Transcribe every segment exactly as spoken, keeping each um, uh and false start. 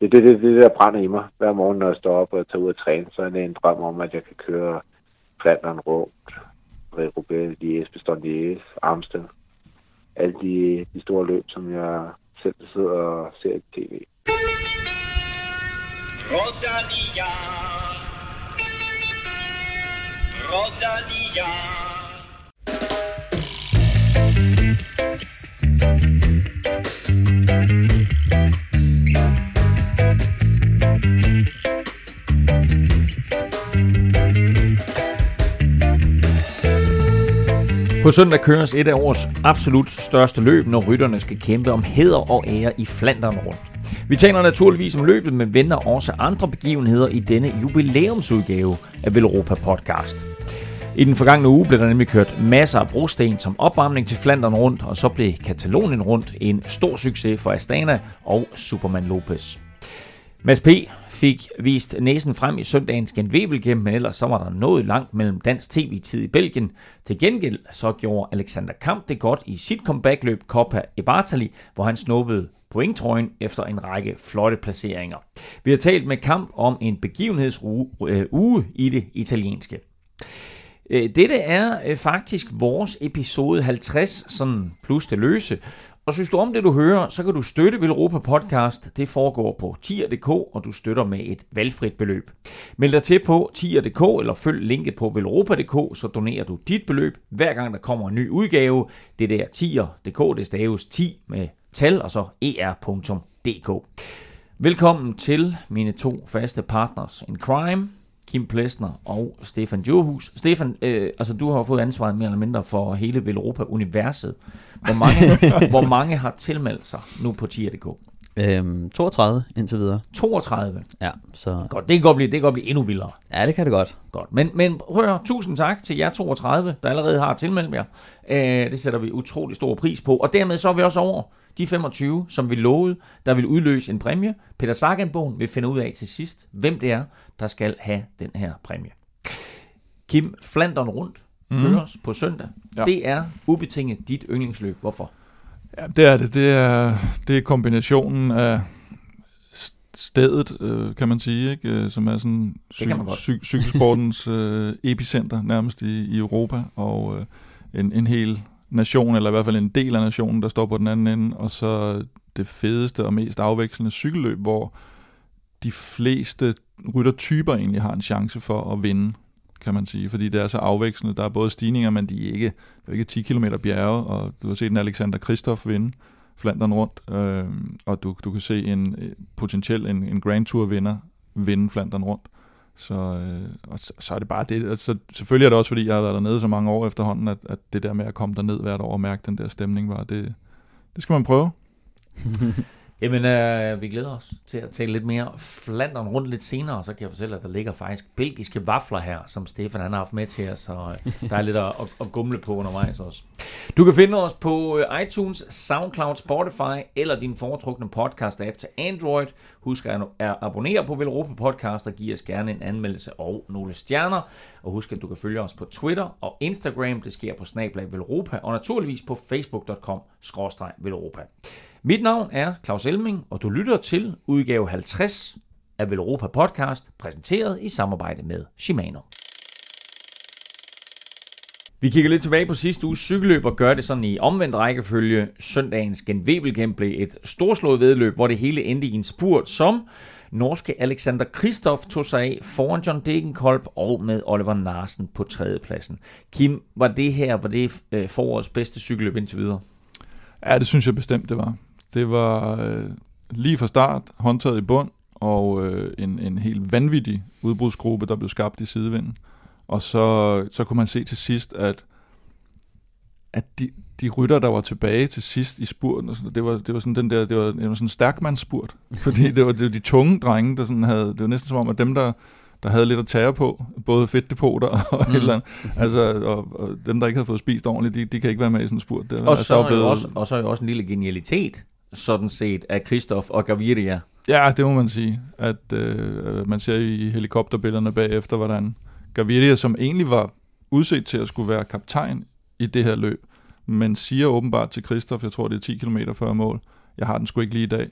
det, det, det, det der brænder i mig hver morgen, når jeg står op og tager ud og træne, så er det en drøm om, at jeg kan køre Flandern rundt, Roubaix, Liège, Bastogne Liège, Amstel. Alle de, de store løb, som jeg selv sidder og ser i tv. Rodalia, Rodalia. På søndag køres et af årets absolut største løb, når rytterne skal kæmpe om hæder og ære i Flandern rundt. Vi taler naturligvis om løbet, men venter også andre begivenheder i denne jubilæumsudgave af Velropa Podcast. I den forgangne uge blev der nemlig kørt masser af brosten som opvarmning til Flandern rundt, og så blev Katalonien rundt en stor succes for Astana og Superman Lopez. Mads P. fik vist næsen frem i søndagens Gent-Wevelgem, men ellers så var der noget langt mellem dansk tv-tid i Belgien. Til gengæld så gjorde Alexander Kamp det godt i sit comeback-løb Coppa e Bartali, hvor han snuppede pointtrøjen efter en række flotte placeringer. Vi har talt med Kamp om en begivenhedsuge i det italienske. Dette er faktisk vores episode halvtreds, sådan plus det løse. Og synes du om det, du hører, så kan du støtte Velropa Podcast. Det foregår på tier punktum d k, og du støtter med et valgfrit beløb. Meld dig til på tier punktum d k, eller følg linket på velropa punktum d k, så donerer du dit beløb, hver gang der kommer en ny udgave. Det der tier punktum d k, det staves ti med tal, og så er punktum d k. Velkommen til mine to faste partners in crime, Kim Plesner og Stefan Djurhus. Stefan, øh, altså du har fået ansvaret mere eller mindre for hele Velropa-universet. Hvor mange, hvor mange har tilmeldt sig nu på tier punktum d k? Øhm, toogtredive indtil videre. toogtredive? Ja, så... Godt, det kan godt blive, det kan godt blive endnu vildere. Ja, det kan det godt. Godt, men, men hør, tusind tak til jer toogtredive, der allerede har tilmeldt jer. Øh, det sætter vi utrolig stor pris på. Og dermed så er vi også over de femogtyve, som vi lovede, der vil udløse en præmie. Peter Sagan-bogen vil finde ud af til sidst, hvem det er, der skal have den her præmie. Kim, Flandern rundt køres mm. på søndag. Ja. Det er ubetinget dit yndlingsløb. Hvorfor? Ja, det er det. Det er, det er kombinationen af stedet, øh, kan man sige, ikke? Som er sådan cy- cy- cykelsportens øh, epicenter nærmest i, i Europa, og øh, en, en hel nation, eller i hvert fald en del af nationen, der står på den anden ende, og så det fedeste og mest afvekslende cykelløb, hvor de fleste ryttertyper egentlig har en chance for at vinde, kan man sige, fordi det er så afvekslende. Der er både stigninger, men de er ikke, det er ikke ti kilometer bjerge, og du har set en Alexander Kristoff vinde Flandern rundt, øh, og du, du kan se en potentiel en, en Grand Tour vinder vinde Flandern rundt. Så, øh, og så, så er det bare det. Altså, selvfølgelig er det også, fordi jeg har været dernede så mange år efterhånden, at, at det der med at komme derned hvert år og mærke den der stemning, var det, det skal man prøve. Jamen, øh, vi glæder os til at tale lidt mere Flandern rundt lidt senere, og så kan jeg fortælle, at der ligger faktisk belgiske vafler her, som Stefan han har haft med til os, så øh, der er lidt at, at, at gumle på undervejs også. Du kan finde os på øh, iTunes, SoundCloud, Spotify eller din foretrukne podcast-app til Android. Husk at, at abonnere på Velropa Podcast og give os gerne en anmeldelse og nogle stjerner. Og husk, at du kan følge os på Twitter og Instagram. Det sker på snabel-a Velropa, og naturligvis på facebook punktum com skråstreg velropa. Mit navn er Claus Elming, og du lytter til udgave halvtreds af Velropa Podcast, præsenteret i samarbejde med Shimano. Vi kigger lidt tilbage på sidste uges cykelløb og gør det sådan i omvendt rækkefølge. Søndagens Gent-Wevelgem blev et storslået vedløb, hvor det hele endte i en spurt, som norske Alexander Kristoff tog sig af foran John Degenkolb og med Oliver Naesen på tredjepladsen. Kim, var det her var det forårets bedste cykelløb indtil videre? Ja, det synes jeg bestemt, det var. Det var øh, lige fra start, håndtaget i bund, og øh, en, en helt vanvittig udbrudsgruppe, der blev skabt i sidevinden. Og så, så kunne man se til sidst, at, at de, de rytter, der var tilbage til sidst i spurten, det var, det var sådan den der, det var, det var sådan en stærkmandsspurt, fordi det var, det var de tunge drenge, der sådan havde, det var næsten som om, at dem, der, der havde lidt at tære på, både fedtdepoter og mm. et eller andet, altså, og, og dem, der ikke havde fået spist ordentligt, de, de kan ikke være med i sådan en spurt. Det, og, altså, så blevet... også, og så er jo også en lille genialitet, sådan set, af Kristoff og Gaviria. Ja, det må man sige, at øh, man ser i helikopterbillederne bagefter, hvordan Gaviria, som egentlig var udset til at skulle være kaptajn i det her løb, men siger åbenbart til Kristoff, jeg tror det er ti kilometer før mål, jeg har den sgu ikke lige i dag.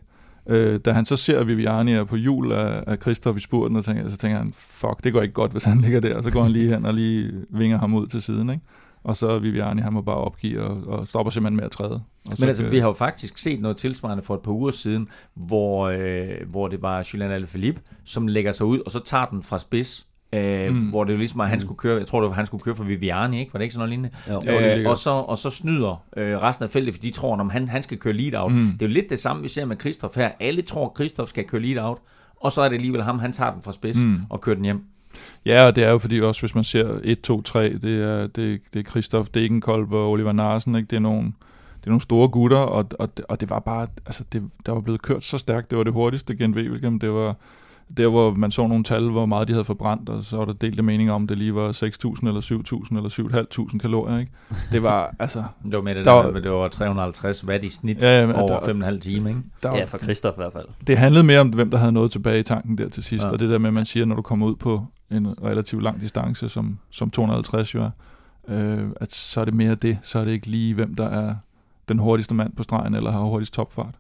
Øh, da han så ser Viviani på hjul af, af Christoph i spurten, og tænker, så tænker han, fuck, det går ikke godt, hvis han ligger der. Og så går han lige hen og lige vinger ham ud til siden, ikke? Og så Viviani, han må bare opgive og, og stopper simpelthen med at træde. Og Men altså, kan... vi har jo faktisk set noget tilsvarende for et par uger siden, hvor, øh, hvor det var Julian Alaphilippe, som lægger sig ud, og så tager den fra spids. Øh, mm. Hvor det jo ligesom at han skulle køre, jeg tror det var han skulle køre for Viviani, ikke? Var det ikke sådan noget lignende? Øh, og så og så snyder øh, resten af feltet, fordi de tror, at han han skal køre lead out. Mm. Det er jo lidt det samme vi ser med Christoph her. Alle tror at Christoph skal køre lead out, og så er det alligevel ham, han tager den fra spids mm. og kører den hjem. Ja, og det er jo fordi også hvis man ser et, to, tre, det er det, det er Christoph Degenkolb og Oliver Narsen, ikke? Det er nogle det er nogle store gutter, og og og det var bare altså det der var blevet kørt så stærkt. Det var det hurtigste Gent Wevelgem. Det var der, hvor man så nogle tal, hvor meget de havde forbrændt, og så var der delte meninger om, det lige var seks tusind eller syv tusind eller syv tusind fem hundrede kalorier, ikke? Det var, altså... Det var med det der, der var, det var tre hundrede og halvtreds watt i snit ja, ja, over der, fem og en halv time, ikke? Der var, ja, for Christoph i hvert fald. Det handlede mere om, hvem der havde noget tilbage i tanken der til sidst, ja. Og det der med, at man siger, når du kommer ud på en relativt lang distance, som, som to hundrede og halvtreds jo er, øh, at så er det mere det, så er det ikke lige, hvem der er den hurtigste mand på stregen, eller har hurtigst topfart.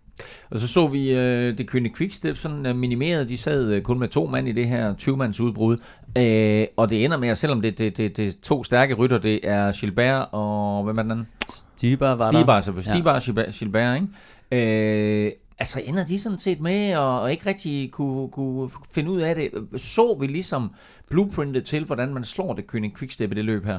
Og så så vi øh, det König Quickstep sådan uh, minimeret. De sad øh, kun med to mand i det her tyve-mands udbrud. Øh, og det ender med, at selvom det, det, det, det er to stærke rytter, det er Gilbert og... Hvem er den anden? Stibar var Stibar, der. Så Stibar og Gilbert, Gilbert, ikke? Øh, altså ender de sådan set med og, og ikke rigtig kunne, kunne finde ud af det. Så vi ligesom blueprintet til, hvordan man slår det König Quickstep i det løb her?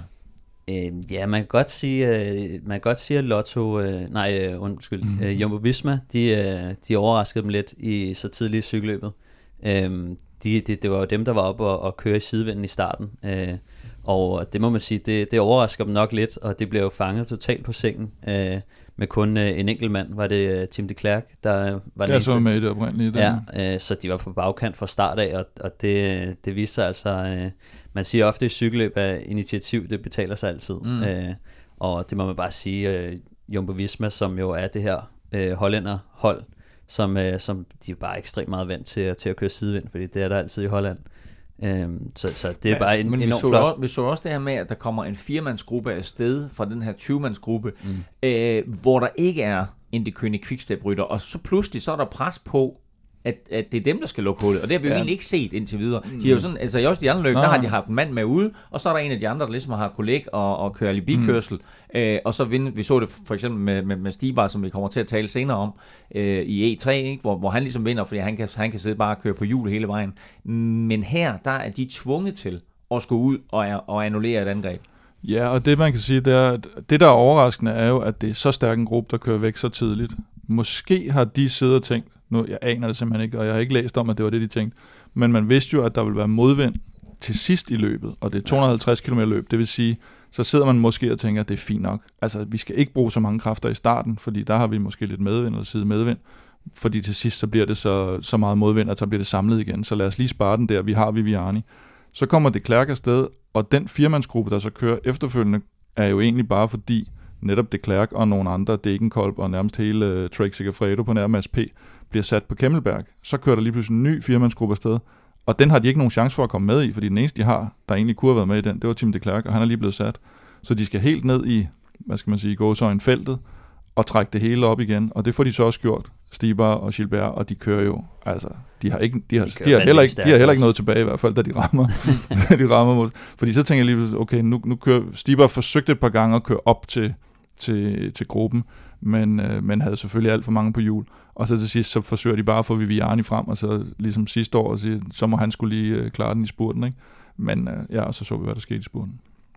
Øh, ja, man kan godt sige, øh, man kan godt sige at Lotto, øh, nej, øh, undskyld, øh, Jumbo Visma, de, øh, de overraskede dem lidt i så tidligt i cykelløbet. Øh, de, de, det var jo dem, der var oppe og, og køre i sidevinden i starten, øh, og det må man sige, det, det overrasker dem nok lidt, og det blev jo fanget totalt på sengen. Øh, med kun øh, en enkelt mand, var det øh, Tim de Klerk, der var den Jeg så med i det oprindelige. Ja, øh, så de var på bagkant fra start af, og, og det, det viste sig altså, øh, man siger ofte i cykelløb, at initiativ, det betaler sig altid. Mm. Øh, og det må man bare sige, øh, Jumbo Visma, som jo er det her øh, hollænderhold, som, øh, som de er bare ekstremt meget vant til, til at køre sidevind, fordi det er der altid i Holland. Øhm, så, så det er bare en, men vi enormt så, flot. også, vi så også det her med, at der kommer en firemandsgruppe af sted fra den her tyve-mandsgruppe, mm. øh, hvor der ikke er en de König Quickstep-rytter, og så pludselig så er der pres på, at, at det er dem, der skal lukke hullet, og det har vi jo ja. egentlig ikke set indtil videre. De har jo sådan, altså i også de andre løb, der har de haft en mand med ude, og så er der en af de andre, der ligesom har kunne ligge og, og køre alibikørsel, mm. øh, og så vinde, vi så det for eksempel med, med, med Stibar, som vi kommer til at tale senere om, øh, i E tre, ikke? Hvor, hvor han ligesom vinder, fordi han kan, han kan sidde bare og køre på hjul hele vejen. Men her, der er de tvunget til at skulle ud og, og annullere et angreb. Ja, og det man kan sige, det er, at det der er overraskende er jo, at det er så stærk en gruppe, der kører væk så tidligt. Måske har de siddet og tænkt, nu, jeg aner det simpelthen ikke, og jeg har ikke læst om, at det var det, de tænkte, men man vidste jo, at der ville være modvind til sidst i løbet, og det er to hundrede og halvtreds kilometer løb, det vil sige, så sidder man måske og tænker, at det er fint nok. Altså, vi skal ikke bruge så mange kræfter i starten, fordi der har vi måske lidt medvind eller side medvind, fordi til sidst så bliver det så, så meget modvind, at så bliver det samlet igen, så lad os lige spare den der, vi har Viviani. Så kommer det Klerk afsted, og den firmandsgruppe, der så kører efterfølgende, er jo egentlig bare fordi, netop de Klerk og nogle andre, Degenkolb og nærmest hele uh, Trek Segafredo på nær Mads P, bliver sat på Kemmelberg. Så kører der lige pludselig en ny firmandsgruppe afsted, og den har de ikke nogen chance for at komme med i, fordi den eneste, de har, der egentlig kunne have været med i den, det var Tim de Klerk, og han er lige blevet sat. Så de skal helt ned i, hvad skal man sige, gåseøjne feltet, og trække det hele op igen, og det får de så også gjort, Stibar og Gilbert, og de kører jo, altså, de har ikke, de har, de de har heller ikke, de har heller ikke noget tilbage i hvert fald, da de rammer, da de rammer mod, fordi så tænker jeg lige, okay, nu, nu kører, Stibar forsøgte et par gange at køre op til, til, til gruppen, men, øh, men havde selvfølgelig alt for mange på hjul, og så til sidst, så forsøger de bare at få Viviani frem, og så ligesom sidste år, og sige, så må han skulle lige øh, klare den i spurten, ikke? Men øh, ja, og så så vi, hvad der skete i spurten.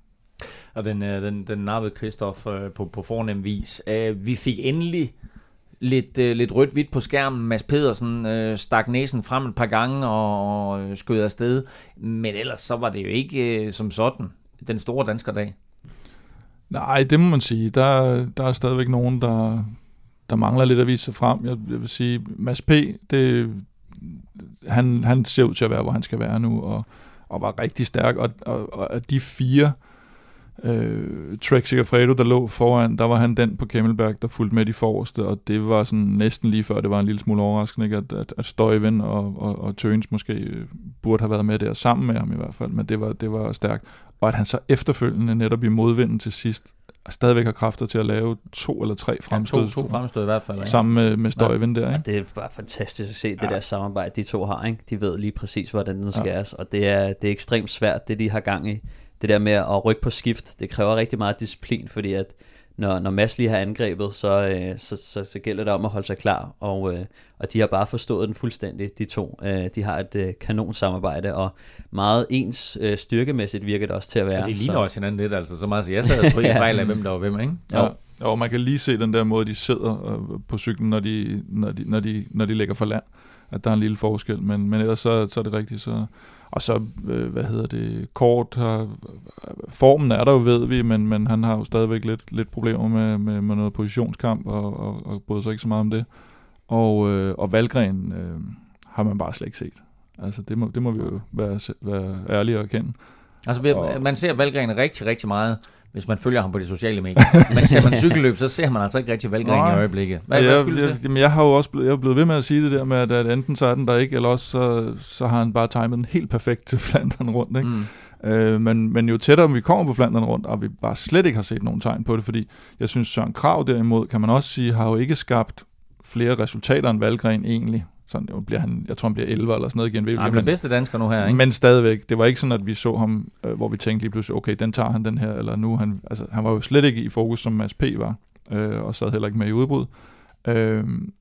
Og den, den, den nappede Christoph øh, på, på fornem vis. Øh, vi fik endelig lidt, øh, lidt rødt-hvidt på skærmen. Mads Pedersen øh, stak næsen frem et par gange og, og skød afsted. Men ellers så var det jo ikke øh, som sådan den store danskerdag. Nej, det må man sige. Der, der er stadigvæk nogen, der, der mangler lidt at vise sig frem. Jeg, jeg vil sige, Mads P., det, han, han ser ud til at være, hvor han skal være nu, og, og var rigtig stærk. Og, og, og de fire Øh, Trek Segafredo, der lå foran, der var han den på Kemmelberg, der fulgte med de forreste, og det var sådan næsten lige før, det var en lille smule overraskende, ikke? At, at, at Stuyven og, og, og Tøns måske burde have været med der, sammen med ham i hvert fald, men det var, det var stærkt. Og at han så efterfølgende netop i modvinden til sidst, stadigvæk har kræfter til at lave to eller tre fremstød. Ja, to, to fremstød i hvert fald. Ikke? Sammen med, med Stuyven ja. der, ikke? Ja, det er bare fantastisk at se det ja. der samarbejde, de to har, ikke? De ved lige præcis, hvordan den skæres, ja. og det er, det er ekstremt svært, det de har gang i. Det der med at rykke på skift, det kræver rigtig meget disciplin, fordi at når, når Mads lige har angrebet, så, øh, så, så, så gælder det om at holde sig klar, og, øh, og de har bare forstået den fuldstændig, de to. Øh, de har et øh, kanonsamarbejde, og meget ens øh, styrkemæssigt virker det også til at være. Ja, det ligner så. også hinanden lidt, altså så meget, så jeg sad og troede, fejl af hvem der var hvem, ikke? Jo. Ja. Og man kan lige se den der måde, de sidder øh, på cyklen, når de, når, de, når, de, når de lægger for land, at der er en lille forskel, men, men ellers så, så er det rigtigt, så... Og så, øh, hvad hedder det, Kort har, formen er der jo, ved vi, men, men han har jo stadigvæk lidt, lidt problemer med, med, med noget positionskamp, og, og, og bryder sig ikke så meget om det. Og, øh, og Valgren øh, har man bare slet ikke set. Altså, det må, det må vi jo være, være ærlige og erkende. Altså, vi, og, man ser Valgren rigtig, rigtig meget, hvis man følger ham på de sociale medier. Men ser man cykelløb, så ser man altså ikke rigtig Valgren i øjeblikket. Hvad, jeg, hvad skyldes jeg, det? Jamen, jeg har jo også blevet, jeg er blevet ved med at sige det der med, at, at enten så er den der ikke, eller også så, så har han bare timet den helt perfekt til Flandern rundt. Ikke? Mm. Øh, men, men jo tættere vi kommer på Flandern rundt, og vi bare slet ikke har set nogen tegn på det, fordi jeg synes, Søren Kragh derimod, kan man også sige, har jo ikke skabt flere resultater end Valgren egentlig. Sådan, jo, bliver han, jeg tror, han bliver elleve eller sådan noget igen. Han bliver bedste dansker nu her, ikke? Men stadigvæk, det var ikke sådan, at vi så ham, øh, hvor vi tænkte lige pludselig, okay, den tager han den her, eller nu, han, altså, han var jo slet ikke i fokus, som Mads P. var, øh, og sad heller ikke med i udbrud. Øh,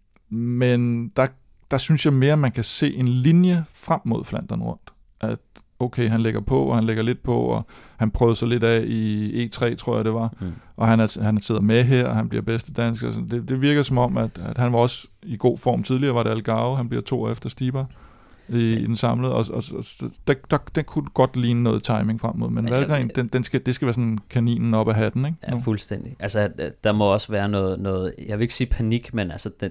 men der, der synes jeg mere, man kan se en linje frem mod Flandern rundt. At okay, han lægger på, og han lægger lidt på, og han prøvede så lidt af i E tre, tror jeg det var, mm. og han, er, han sidder med her, og han bliver bedste dansker. Det, det virker som om, at, at han var også i god form tidligere, var det Algarve, han bliver to efter Stiber i, ja. i den samlede, og, og, og der, der, der kunne godt ligne noget timing frem mod, men ja, Valgren, den, den skal, det skal være sådan kaninen op af hatten, ikke? Ja, fuldstændig. Altså, der må også være noget, noget jeg vil ikke sige panik, men altså, den,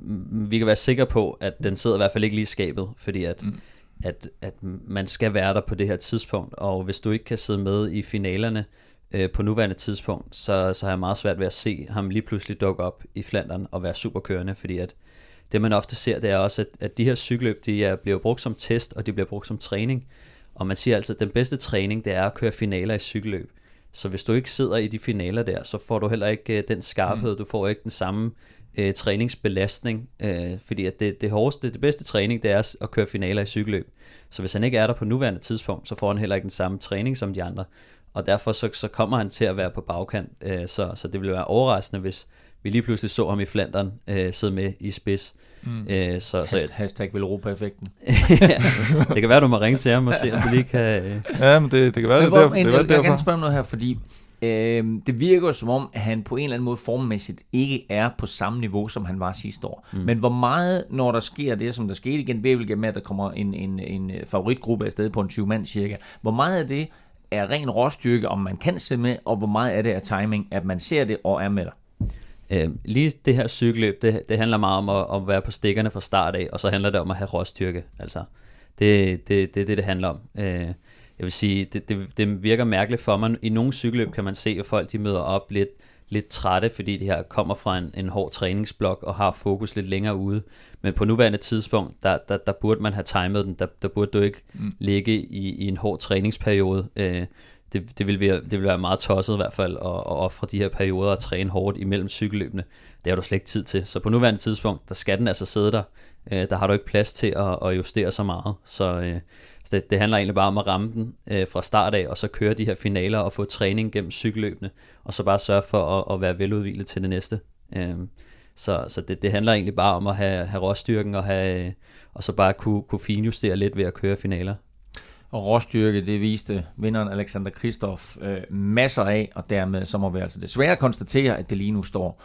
vi kan være sikre på, at den sidder i hvert fald ikke lige i skabet, fordi at mm. At, at man skal være der på det her tidspunkt, og hvis du ikke kan sidde med i finalerne øh, på nuværende tidspunkt, så, så har jeg meget svært ved at se ham lige pludselig dukke op i Flandern og være superkørende, fordi at det man ofte ser, det er også, at, at de her cykelløb, de er, bliver brugt som test, og de bliver brugt som træning, og man siger altså, at den bedste træning, det er at køre finaler i cykelløb, så hvis du ikke sidder i de finaler der, så får du heller ikke øh, den skarphed, mm. du får ikke den samme Øh, træningsbelastning, øh, fordi at det, det hårdeste, det bedste træning, det er at køre finaler i cykelløb. Så hvis han ikke er der på nuværende tidspunkt, så får han heller ikke den samme træning som de andre, og derfor så, så kommer han til at være på bagkant, øh, så, så det ville være overraskende, hvis vi lige pludselig så ham i Flandern øh, sidde med i spids. Mm. Øh, så, Hashtag, så, hashtag Velropa-effekten. Ja, det kan være, du må ringe til ham og se, om du lige kan... Øh... Ja, men det, det kan være, men, det, derfor, en, det er jeg, derfor. Jeg kan spørge noget her, fordi øh, det virker jo som om, at han på en eller anden måde formmæssigt ikke er på samme niveau, som han var sidste år. Mm. Men hvor meget, når der sker det, som der skete igen, Bævelgade med, at der kommer en, en, en favoritgruppe afsted på en tyve mand cirka, hvor meget af det er ren råstyrke, om man kan se med, og hvor meget af det er timing, at man ser det og er med der? Øh, lige det her cykelløb, det, det handler meget om at, at være på stikkerne fra start af, og så handler det om at have råstyrke. Altså, det, det, det, det, det handler om. Øh, jeg vil sige, det, det, det virker mærkeligt for mig. I nogle cykelløb kan man se, at folk de møder op lidt, lidt trætte, fordi de her kommer fra en, en hård træningsblok og har fokus lidt længere ude. Men på nuværende tidspunkt, der, der, der burde man have timet den. Der, der burde du ikke mm. ligge i, i en hård træningsperiode. Øh, Det, det, vil være, det vil være meget tosset i hvert fald at, at ofre de her perioder og træne hårdt imellem cykelløbene. Det har du slet ikke tid til. Så på nuværende tidspunkt, der skal den altså sidde der. Øh, der har du ikke plads til at, at justere så meget. Så, øh, så det, det handler egentlig bare om at ramme den øh, fra start af, og så køre de her finaler og få træning gennem cykelløbene, og så bare sørge for at, at være veludhvilet til det næste. Øh, så så det, det handler egentlig bare om at have, have råstyrken og, have, og så bare kunne, kunne finjustere lidt ved at køre finaler. Og råstyrke, det viste vinderen Alexander Kristoff øh, masser af, og dermed så må vi altså desværre konstatere, at det lige nu står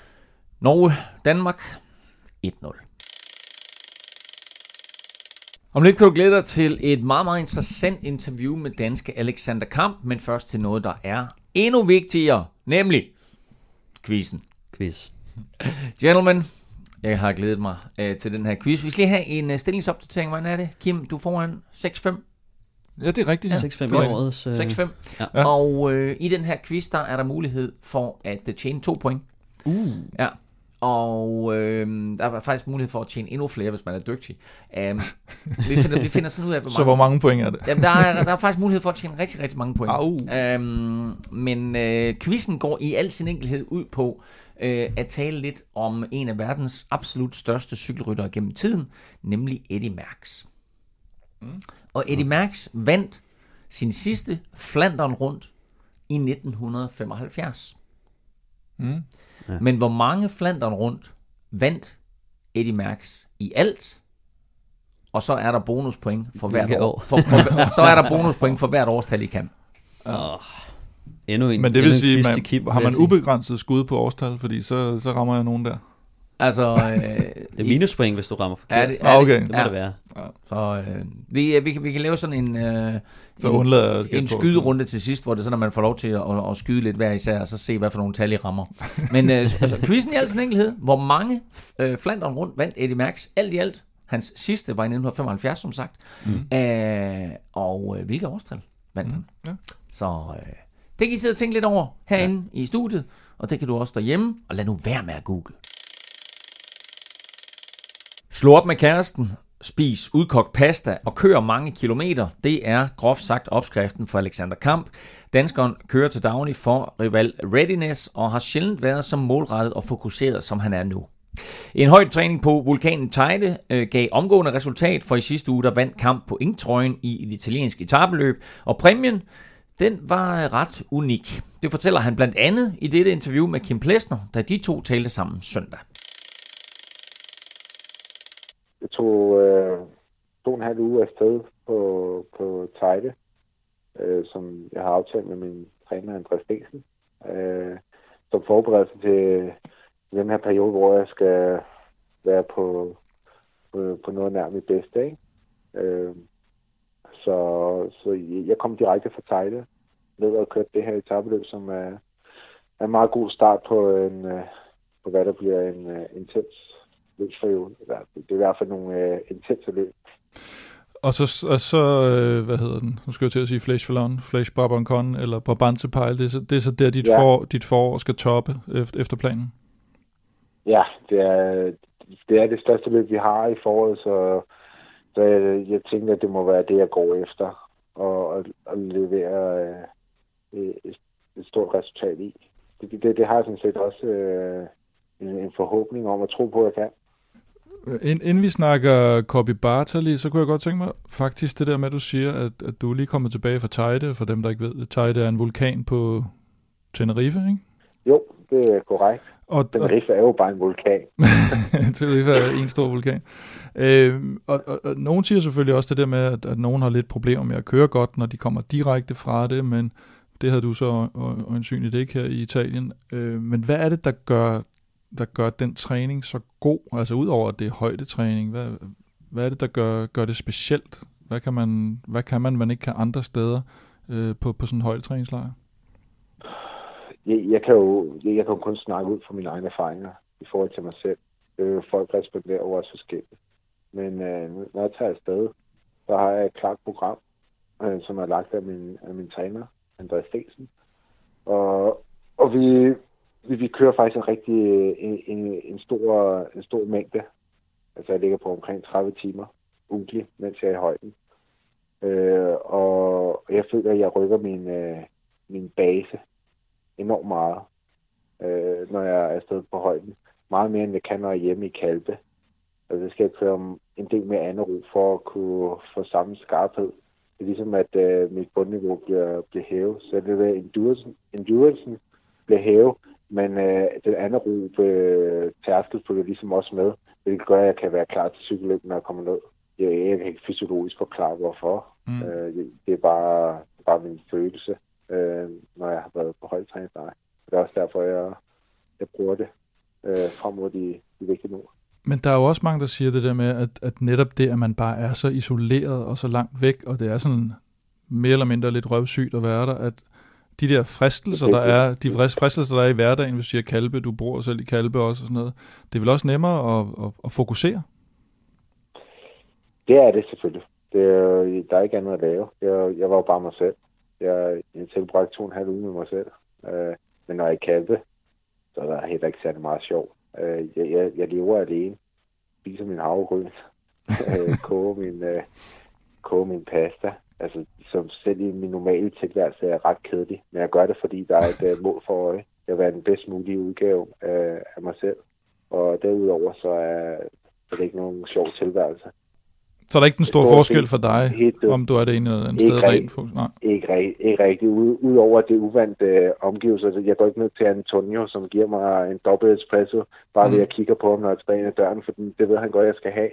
Norge-Danmark et nul. Om lidt kan du glæde dig til et meget, meget interessant interview med danske Alexander Kamp, men først til noget, der er endnu vigtigere, nemlig quizzen. Quiz. Gentlemen, jeg har glædet mig øh, til den her quiz. Vi skal lige have en uh, stillingsopdatering. Hvordan er det? Kim, du får en seks fem. Ja, det er rigtigt. Ja. seks fem i årets. Øh... seks fem. Ja. Og øh, i den her quiz, der er der mulighed for at tjene to point. Uh. Ja. Og øh, der er faktisk mulighed for at tjene endnu flere, hvis man er dygtig. Um, vi, finder, vi finder sådan ud af, hvor mange... Så hvor mange point er det? Jamen, der, er, der er faktisk mulighed for at tjene rigtig, rigtig mange point. Au. Um, men øh, quizzen går i al sin enkelhed ud på øh, at tale lidt om en af verdens absolut største cykelryttere gennem tiden, nemlig Eddy Merckx. Mm. Og Eddy Merckx vandt sin sidste Flandern rundt i nitten femoghalvfjerds. Mm. Ja. Men hvor mange Flandern rundt vandt Eddy Merckx i alt? Og så er der bonuspoint for hvert år. år. For, for, så er der bonuspoint for hvert årstal i kamp. Oh. Endnu en. Men det vil sige, man, Kim, har man ubegrænset skud på årstal, fordi så, så rammer jeg nogen der. Altså, øh, det er minuspoint, hvis du rammer forkert. Er det, er okay. Det må ja. det være. Ja. Så øh, vi, vi, vi kan lave sådan en, øh, så en, en, en skyderunde til sidst, hvor det er sådan, at man får lov til at, at, at skyde lidt hver især, og så se, hvad for nogle tal I rammer. Men øh, altså, quizzen i al sin enkelhed, hvor mange øh, Flandern rundt vandt Eddy Merckx alt i alt? Hans sidste var i nitten femoghalvfjerds, som sagt. Mm. Æh, og øh, hvilke årstal vandt han? Mm. Ja. Så øh, det kan I sidde og tænke lidt over herinde ja. i studiet, og det kan du også derhjemme, og lad nu være med at google. Slå op med kæresten, spis udkogt pasta og kør mange kilometer. Det er groft sagt opskriften for Alexander Kamp. Danskeren kører til daglig for rival Readiness og har sjældent været så målrettet og fokuseret, som han er nu. En højt træning på vulkanen Teide øh, gav omgående resultat, for i sidste uge der vandt Kamp på indtrøjen i et italiensk etapeløb, og præmien den var ret unik. Det fortæller han blandt andet i dette interview med Kim Plesner, da de to talte sammen søndag. Jeg tog øh, to og en halv uge afsted på, på Teide, øh, som jeg har aftalt med min træner Andreas Steensen, øh, som forberedelse til den her periode, hvor jeg skal være på, på, på noget nær mit bedste. Ikke? Øh, så, så jeg kom direkte fra Teide ned og kørte det her etapeløb, som er, er en meget god start på, en, på hvad der bliver en uh, intens løbsperiode. Det er i hvert fald nogle uh, intense løb. Og så, og så øh, hvad hedder den? Nu skal jeg til at sige Flèche Wallonne, Flèche Barbancon eller Brabantse Pejl. Det er så, det er så der, dit, ja. for, dit forår skal toppe efter, efter planen? Ja, det er, det er det største løb, vi har i foråret, så, så jeg, jeg tænker, at det må være det, jeg går efter, og, og, og levere øh, et, et stort resultat i. Det, det, det har jeg sådan set også øh, en, en forhåbning om at tro på, at jeg kan. Inden vi snakker Coppi Bartali, så kunne jeg godt tænke mig faktisk det der med, at du siger, at, at du er lige kommet tilbage fra Teide, for dem, der ikke ved det. Teide er en vulkan på Tenerife, ikke? Jo, det er korrekt. Og, Tenerife er jo bare en vulkan. Tenerife er en stor vulkan. Øh, og, og, og nogen siger selvfølgelig også det der med, at, at nogen har lidt problemer med at køre godt, når de kommer direkte fra det, men det havde du så øjensynligt ikke her i Italien. Øh, men hvad er det, der gør, der gør den træning så god? Altså udover at det er højdetræning, hvad, hvad er det, der gør, gør det specielt? Hvad kan man, hvad kan man, man ikke kan andre steder øh, på, på sådan en højdetræningslejr? Jeg, jeg, kan jo, jeg, jeg kan jo kun snakke ud fra mine egne erfaringer i forhold til mig selv. Øh, folk responderer over også forskelligt. Men øh, når jeg tager afsted, så har jeg et klart program, øh, som er lagt af min, af min træner, Andreas Steensen. Og, og vi, vi, vi kører faktisk en rigtig en, en, en, stor, en stor mængde. Altså jeg ligger på omkring tredive timer ugentlig, mens jeg er i højden. Øh, og jeg føler, at jeg rykker min, øh, min base enormt meget, øh, når jeg er afsted på højden. Meget mere, end jeg kan, når jeg er hjemme i Kalpe. Altså, jeg skal køre en del mere anaerob for at kunne få samme skarphed. Det er ligesom, at øh, mit bundniveau bliver, bliver hævet. Så det vil endurance'n, endurance'n bliver hævet, men øh, den anaerob øh, tærskel følger ligesom også med. Det gør, at jeg kan være klar til cykelløb, når jeg kommer ned. Jeg, jeg kan ikke fysiologisk forklare, hvorfor. Mm. Øh, det er bare, bare min følelse. Øh, når jeg har været på højdetræningslejr. Det er også derfor, jeg, jeg bruger det øh, frem mod de, de vigtige nu. Men der er jo også mange, der siger det der med, at, at netop det, at man bare er så isoleret og så langt væk, og det er sådan mere eller mindre lidt røvsygt at være der, at de der fristelser, der er, de fristelser, der er i hverdagen, hvis du siger Kalpe, du bor selv i Kalpe også og sådan noget, det er vel også nemmere at, at, at fokusere? Det er det selvfølgelig. det, der er ikke andet at lave. Jeg, jeg var jo bare mig selv. Jeg, jeg tilbragte to og en halv uge med mig selv. Øh, men når jeg kaldte, så er der heller ikke særlig meget sjov. Øh, jeg, jeg, jeg lever alene. Spiser min havregryn. øh, koger, min, øh, koger min pasta. Altså, som selv i min normale tilværelse er ret kedelig. Men jeg gør det, fordi der er et uh, mål for øje. Jeg vil være den bedst mulige udgave af, af mig selv. Og derudover så er det ikke nogen sjov tilværelse. Så er der ikke den store forskel for dig, helt, om du er det ene eller andet sted rent for? Nej. Ikke, ikke rigtigt. Udover det uvante uh, omgivelser. Jeg går ikke ned til Antonio, som giver mig en dobbelt espresso, bare mm. ved at kigge på ham, når jeg træder ind ad døren, for det ved han godt, jeg skal have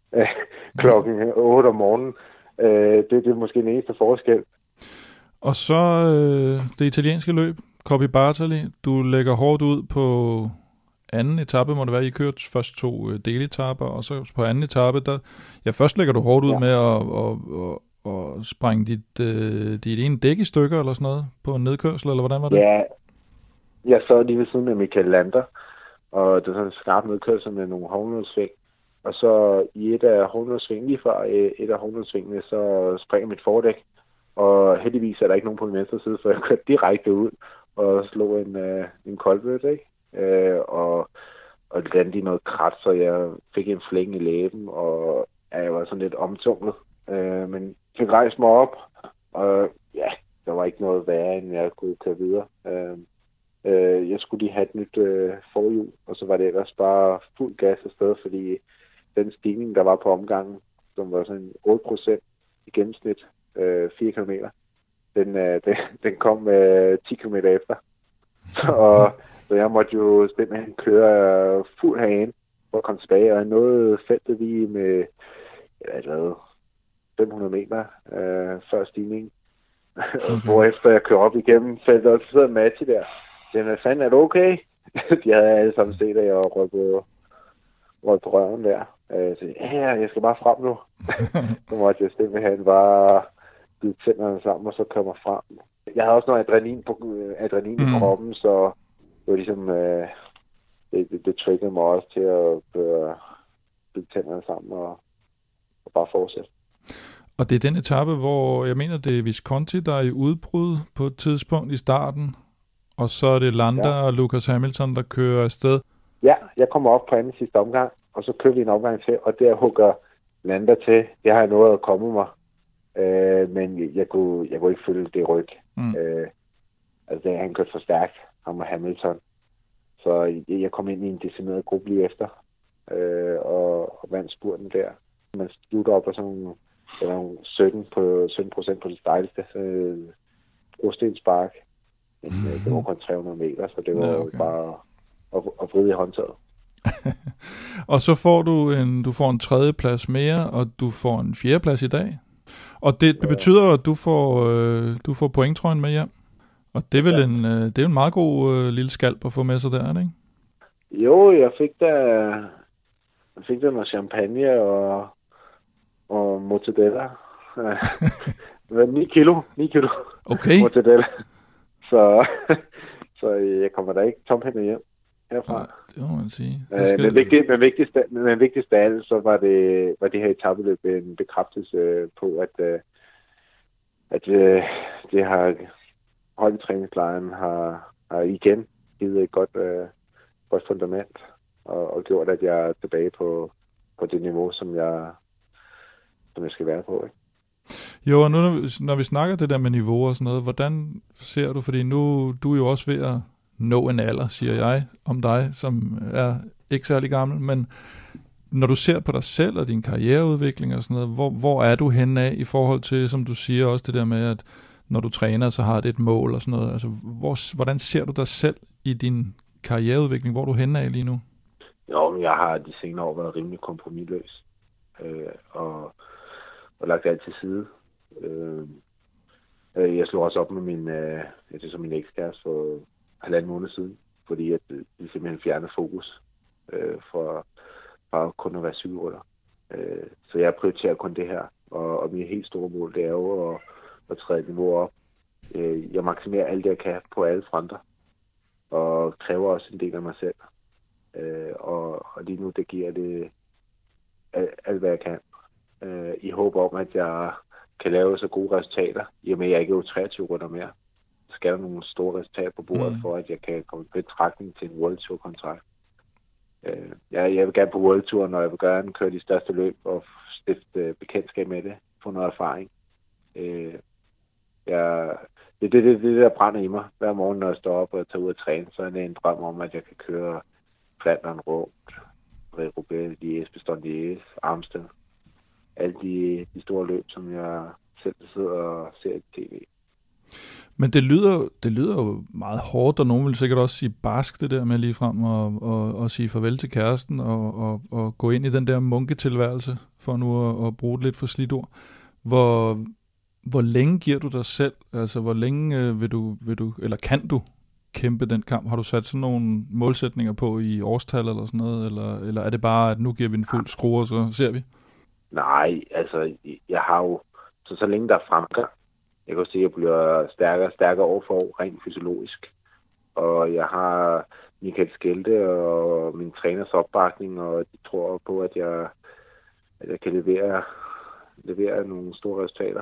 klokken otte om morgenen. Uh, det, det er måske den eneste forskel. Og så øh, det italienske løb, Coppi Bartali. Du lægger hårdt ud på anden etape, må det være. I kørt først to deletapper, og så på anden etape, der, ja, først lægger du hårdt ud ja. med at, at, at, at sprænge dit, uh, dit ene dæk i stykker, eller sådan noget, på en nedkørsel, eller hvordan var det? Ja, jeg sad lige ved siden af Michael Lander, og det var sådan en skarp nedkørsel med nogle hovmødesving, og så i et af hovmødesving, lige før et af hovmødesvingene, så springer mit fordæk, og heldigvis er der ikke nogen på min venstre side, for jeg kørte direkte ud og slog en, uh, en koldbøt, ikke? Øh, og, og landede i noget krat, så jeg fik en flænge i læben, og ja, jeg var sådan lidt omtumlet. Øh, men fik rejst mig op, og ja, der var ikke noget værre, end jeg kunne køre videre. Øh, øh, jeg skulle lige have et nyt øh, forhjul, og så var det ellers bare fuld gas afsted, fordi den stigning, der var på omgangen, som var sådan otte procent i gennemsnit, øh, fire kilometer, den, øh, den, den kom øh, ti kilometer efter. Og så jeg måtte jo simpelthen køre fuld herinde for at komme tilbage, og jeg nåede feltet lige med ja, fem hundrede meter øh, før stigningen. Okay. Hvorefter jeg kører op igennem feltet, og så sidder Matti der. Så hvad fanden, er det okay? De havde alle sammen set, at jeg røg på, røg på røven der. Så ja, jeg skal bare frem nu. Så måtte jeg simpelthen bare byde tænderne sammen, og så komme frem. Jeg havde også noget adrenalin, på, adrenalin mm. i kroppen, så det var ligesom, øh, det, det, det triggede mig også til at byde tænderne sammen og, og bare fortsætte. Og det er den etape, hvor jeg mener, det er Visconti, der er i udbrud på et tidspunkt i starten, og så er det Landa ja. og Lucas Hamilton, der kører afsted. Ja, jeg kommer op på anden sidste omgang, og så kører vi en omgang til, og der hugger Landa til. Det har jeg nået at komme mig. Øh, men jeg kunne, jeg kunne ikke følge det ryg. Mm. Øh, altså, han kørte for stærkt, ham og Hamilton. Så jeg, jeg kom ind i en decimeret gruppe lige efter, øh, og, og vandt spurten der. Man slutter op på sådan nogle, nogle sytten procent på det stejligste øh, brostenspark. Men øh, det var kun tre hundrede meter, så det var ja, okay. bare at, at vride i håndtaget. Og så får du en, du får en tredje plads mere, og du får en fjerde plads i dag. Og det, det betyder, at du får, øh, du får pointtrøjen med hjem. Og det er vel ja. en, øh, det er en meget god øh, lille skalp at få med sig der, ikke? Jo, jeg fik da, jeg fik da noget champagne og, og mortadella. ni kilo, ni kilo okay. mortadella. Så, så jeg kommer da ikke tomhændet hjem herfra. Ja, det må man sige. Øh, men, vigtigt, men, vigtigst, men vigtigst af alt, så var det, var det her etapeløb en bekræftelse på, at, at det, det har holdt i træningslejren har, har igen givet et godt, øh, godt fundament og, og gjort, at jeg er tilbage på, på det niveau, som jeg, som jeg skal være på. Ikke? Jo, og nu når vi snakker det der med niveau og sådan noget, hvordan ser du, fordi nu du er jo også ved at nå en alder, siger jeg, om dig, som er ikke særlig gammel, men når du ser på dig selv og din karriereudvikling og sådan noget, hvor, hvor er du henne af i forhold til, som du siger, også det der med, at når du træner, så har det et mål og sådan noget. Altså, hvor, hvordan ser du dig selv i din karriereudvikling? Hvor er du henne af lige nu? Jo, men jeg har de senere år været rimelig kompromisløs øh, og, og lagt alt til side. Øh, jeg slog også op med min, øh, jeg synes, min ekskæreste for halvanden måned siden, fordi at de simpelthen fjernede fokus øh, for bare kun at være cykelrytter. Øh, så jeg prioriterer kun det her, og, og mit helt store mål, det er jo at, at træde et niveau op. Øh, jeg maksimerer alt det, jeg kan på alle fronter, og kræver også en del af mig selv. Øh, og, og lige nu, det giver det alt, alt hvad jeg kan. Øh, i håb om, at jeg kan lave så gode resultater, i og med at jeg ikke er treogtyve runder mere. Så skal der nogle store resultater på bordet, mm. for at jeg kan komme på betragtning til en World Tour kontrakt. Øh, jeg, jeg vil gerne på World Tour, når jeg vil gerne køre de største løb og stifte bekendtskab med det, få noget erfaring. Øh, jeg, det er det, det, det, der brænder i mig. Hver morgen, når jeg står op og tager ud og træne, så er det en drøm om, at jeg kan køre Flandern rundt, Roubaix, Liège-Bastogne-Liège, Amstel. Alle de, de store løb, som jeg selv sidder og ser i tv. Men det lyder, det lyder jo meget hårdt, og nogen vil sikkert også sige barsk det der med lige frem og, og, og sige farvel til kæresten og, og, og gå ind i den der munketilværelse, for nu at, at bruge et lidt for slidt ord. Hvor, hvor længe giver du dig selv? Altså, hvor længe øh, vil du, vil du, eller kan du kæmpe den kamp? Har du sat sådan nogle målsætninger på i årstal eller sådan noget? Eller, eller er det bare, at nu giver vi en fuld skrue, og så ser vi? Nej, altså, jeg har jo, så, så længe der er fremgang, jeg kan også se, at jeg bliver stærkere og stærkere år for år, rent fysiologisk. Og jeg har Michael Skelte og min træners opbakning, og de tror på, at jeg, at jeg kan levere, levere nogle store resultater.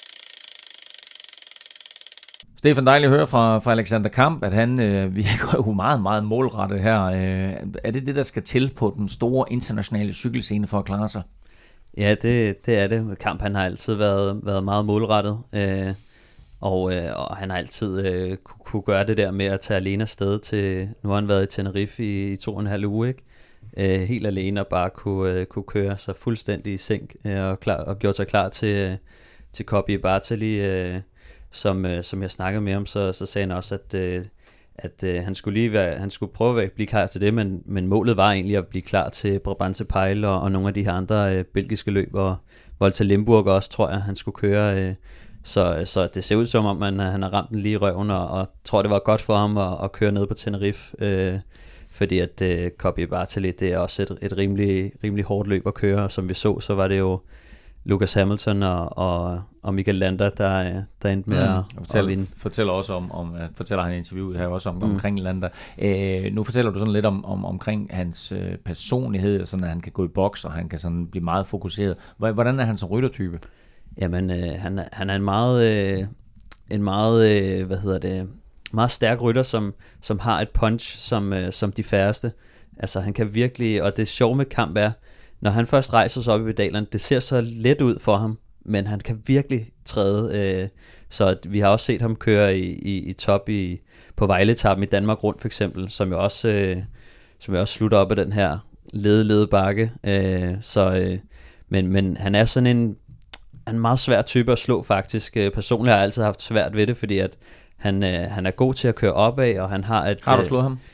Stefan, dejligt at høre fra, fra Alexander Kamp, at han øh, vi er jo meget, meget målrettet her. Øh, er det det, der skal til på den store internationale cykelscene for at klare sig? Ja, det, det er det. Kamp, han har altid været, været meget målrettet, øh, og, øh, og han har altid øh, kunne, kunne gøre det der med at tage alene afsted til, nu har han været i Tenerife i, i to og en halv uge, ikke? Øh, helt alene og bare kunne, øh, kunne køre sig fuldstændig i sænk, øh, og, klar, og gjort sig klar til, øh, til Coppi Bartali, øh, som, øh, som jeg snakkede med om, så, så sagde han også, at øh, at øh, han skulle lige være, han skulle prøve at blive klar til det, men, men målet var egentlig at blive klar til Brabantse Pijl og, og nogle af de her andre øh, belgiske løb, og Volta Limburg også, tror jeg, han skulle køre. Øh, så, så det ser ud som om, han, han har ramt den lige i røven, og, og tror, det var godt for ham at, at køre ned på Tenerife, øh, fordi at øh, Coppi Bartali, det er også et, et rimelig, rimelig hårdt løb at køre, og som vi så, så var det jo Lucas Hamilton og, og, og Michael Landa, der, der endte med mm. at, fortæller, at vinde. Fortæller også om, om fortæller han i interviewet her også om, mm. omkring Landa. Øh, nu fortæller du sådan lidt om, om omkring hans øh, personlighed, sådan at han kan gå i boks, og han kan sådan blive meget fokuseret. Hvordan er han som ryttertype? Jamen, øh, han, han er en meget, øh, en meget, øh, hvad hedder det, meget stærk rytter, som, som har et punch, som, øh, som de færreste. Altså, han kan virkelig, og det sjove med Kamp er, når han først rejser sig op i pedalerne, det ser så let ud for ham, men han kan virkelig træde. Øh, så vi har også set ham køre i, i, i top i, på Vejle-etappen i Danmark rundt for eksempel, som jo også, øh, som jo også slutter op af den her lede, lede bakke. Øh, så, øh, men, men han er sådan en, en meget svær type at slå faktisk. Øh, personligt har jeg altid haft svært ved det, fordi at han, øh, han er god til at køre opad, og han har et... Har du slået ham?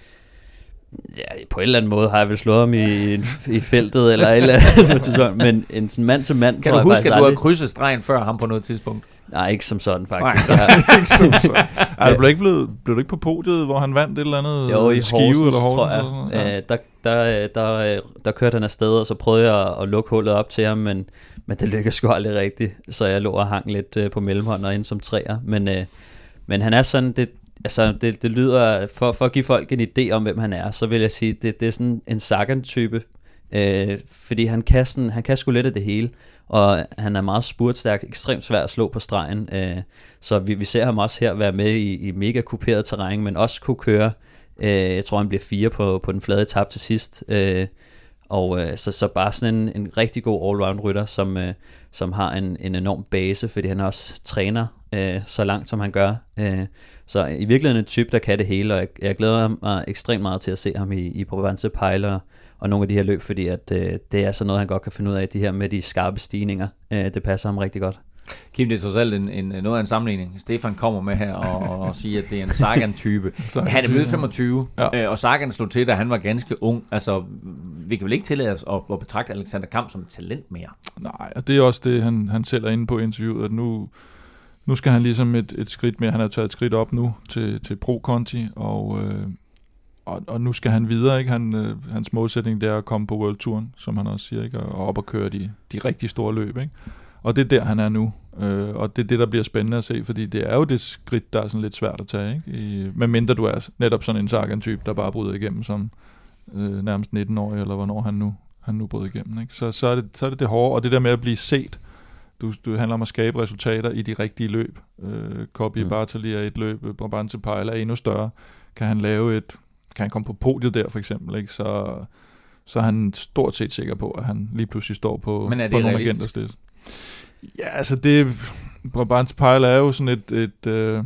Ja, på en eller anden måde har jeg vel slået ham i, i feltet eller et eller andet, men en sådan mand til mand. Kan du huske, at du har krydset stregen før ham på noget tidspunkt? Nej, ikke som sådan faktisk. Nej, har... ikke som sådan. Er du blev ikke blevet, blev du ikke på podiet, hvor han vandt et eller andet jo, i Skive Horsens, eller Horsens? Tror jeg. Eller sådan? Ja. Æ, der, der, der, der kørte han afsted, og så prøvede jeg at, at lukke hullet op til ham, men, men det lykkedes sgu aldrig rigtigt, så jeg lå og hang lidt uh, på mellemhånd og ind som træer. Men, uh, men han er sådan, det, altså det, det lyder, for, for at give folk en idé om, hvem han er, så vil jeg sige, det, det er sådan en Sagan-type, øh, fordi han kan, sådan, han kan sgu lidt af det hele, og han er meget spurtstærk, ekstremt svær at slå på stregen, øh, så vi, vi ser ham også her være med i, i mega kuperet terræn, men også kunne køre, øh, jeg tror han bliver fire på, på den flade etape til sidst, øh, og øh, så, så bare sådan en, en rigtig god allround rytter, som, øh, som har en, en enorm base, fordi han også træner øh, så langt som han gør, øh, så i virkeligheden en type, der kan det hele, og jeg, jeg glæder mig ekstremt meget til at se ham i, i Brabantse Pijl og, og nogle af de her løb, fordi at, øh, det er sådan noget, han godt kan finde ud af, de her med de skarpe stigninger, øh, det passer ham rigtig godt. Kim, det er trods alt en, en, noget af en sammenligning. Stefan kommer med her og, og siger, at det er en Sagan-type. Han er blevet femogtyve, ja. Og Sagan slog til, da han var ganske ung. Altså, vi kan vel ikke tillade os at, at betragte Alexander Kamp som et talent mere? Nej, og det er også det, han, han selv er inde på i interviewet, at nu... Nu skal han ligesom et, et skridt mere, han har taget et skridt op nu til, til Pro Conti, og, øh, og, og nu skal han videre, ikke? Han, øh, hans målsætning det er at komme på World Touren, som han også siger, ikke? Og op og køre de, de rigtig store løb, ikke? Og det er der, han er nu, øh, og det er det, der bliver spændende at se, fordi det er jo det skridt, der er sådan lidt svært at tage, ikke? I, medmindre du er netop sådan en Sagan-type, der bare bryder igennem som øh, nærmest nitten-årig, eller hvornår han nu, han nu bryder igennem, ikke? Så, så, er det, så er det det hårde, og det der med at blive set, du, du handler om at skabe resultater i de rigtige løb. Øh, Coppi mm. Bartali er et løb, Brabantse Pejler er endnu større. Kan han lave et, kan han komme på podiet der for eksempel, ikke? Så, så er han stort set sikker på, at han lige pludselig står på, Men er det på nogle agenters liste. Ja, altså det, Brabantse Pejler er jo sådan et, et, et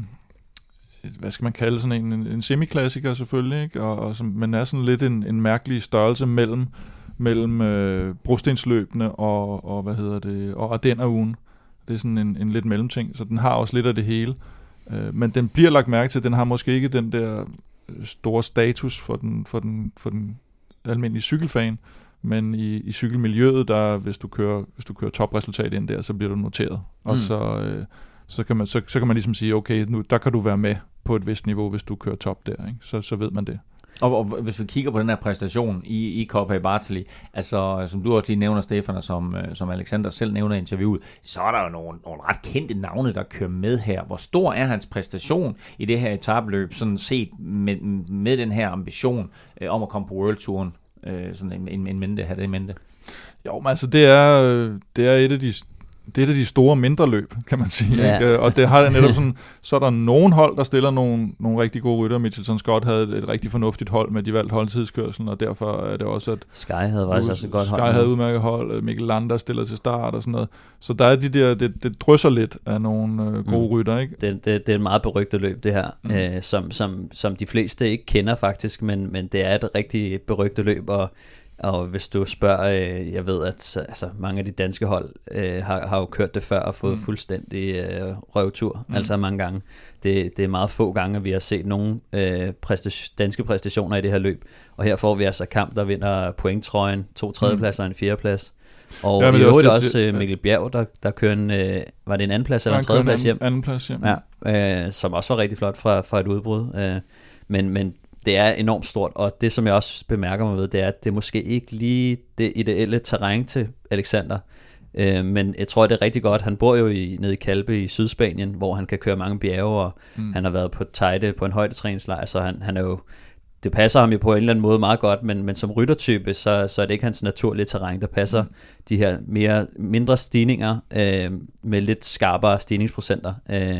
hvad skal man kalde sådan en, en, en semiklassiker selvfølgelig, ikke? Og, og som, men er sådan lidt en, en mærkelig størrelse mellem mellem øh, brostensløbene og, og hvad hedder det og Ardennerugen. Det er sådan en, en lidt mellemting, så den har også lidt af det hele. Øh, men den bliver lagt mærke til, den har måske ikke den der store status for den for den for den almindelige cykelfan, men i, i cykelmiljøet, der hvis du kører hvis du kører topresultat ind der, så bliver du noteret. Mm. Og så øh, så kan man så, så kan man ligesom sige, okay, nu der kan du være med på et vist niveau, hvis du kører top der, ikke? Så så ved man det. Og, og hvis vi kigger på den her præstation i, i Coppi Bartali, altså som du også lige nævner, Stefan, og som, som Alexander selv nævner i interviewet, så er der jo nogle, nogle ret kendte navne, der kører med her. Hvor stor er hans præstation i det her etapeløb, sådan set med, med den her ambition øh, om at komme på World Touren? Øh, sådan en, en, en mente, have det i mente. Jo, men altså det er, det er et af de... Det er et af de store mindre løb, kan man sige. Ja. Ikke? Og det har det netop sådan, så er der nogen hold, der stiller nogle, nogle rigtig gode rytter. Mitchelton Scott havde et, et rigtig fornuftigt hold med de valgte holdtidskørslen, og derfor er det også, at Sky havde faktisk også et godt hold. Sky havde udmærket hold, Mikkel Lander stiller til start og sådan noget. Så der er de der, det, det drysser lidt af nogle øh, gode mm. rytter, ikke? Det, det, det er et meget berygtet løb, det her, mm. øh, som, som, som de fleste ikke kender faktisk, men, men det er et rigtig berygtet løb, og Og hvis du spørger, øh, jeg ved, at altså, mange af de danske hold øh, har, har jo kørt det før og fået mm. fuldstændig øh, røvtur, mm. altså mange gange. Det, det er meget få gange, at vi har set nogle øh, præstation, danske præstationer i det her løb. Og her får vi altså kamp, der vinder pointtrøjen, to tredjepladser og en fjerdeplads. Og ja, i øvrigt også, også øh, Mikkel Bjerg, der, der kører en, øh, var det en andenplads eller en tredjeplads hjem? Anden plads hjem. Ja, øh, som også var rigtig flot fra, fra et udbrud. Øh, men, men det er enormt stort, og det som jeg også bemærker mig ved, det er, at det er måske ikke lige det ideelle terræn til Alexander, øh, men jeg tror, det er rigtig godt. Han bor jo i, nede i Calpe i Sydspanien, hvor han kan køre mange bjerge, og mm. han har været på Teide på en højdetræningslejr, så han, han er jo, det passer ham jo på en eller anden måde meget godt, men, men som ryttertype, så, så er det ikke hans naturlige terræn, der passer mm. de her mere, mindre stigninger øh, med lidt skarpere stigningsprocenter. Øh,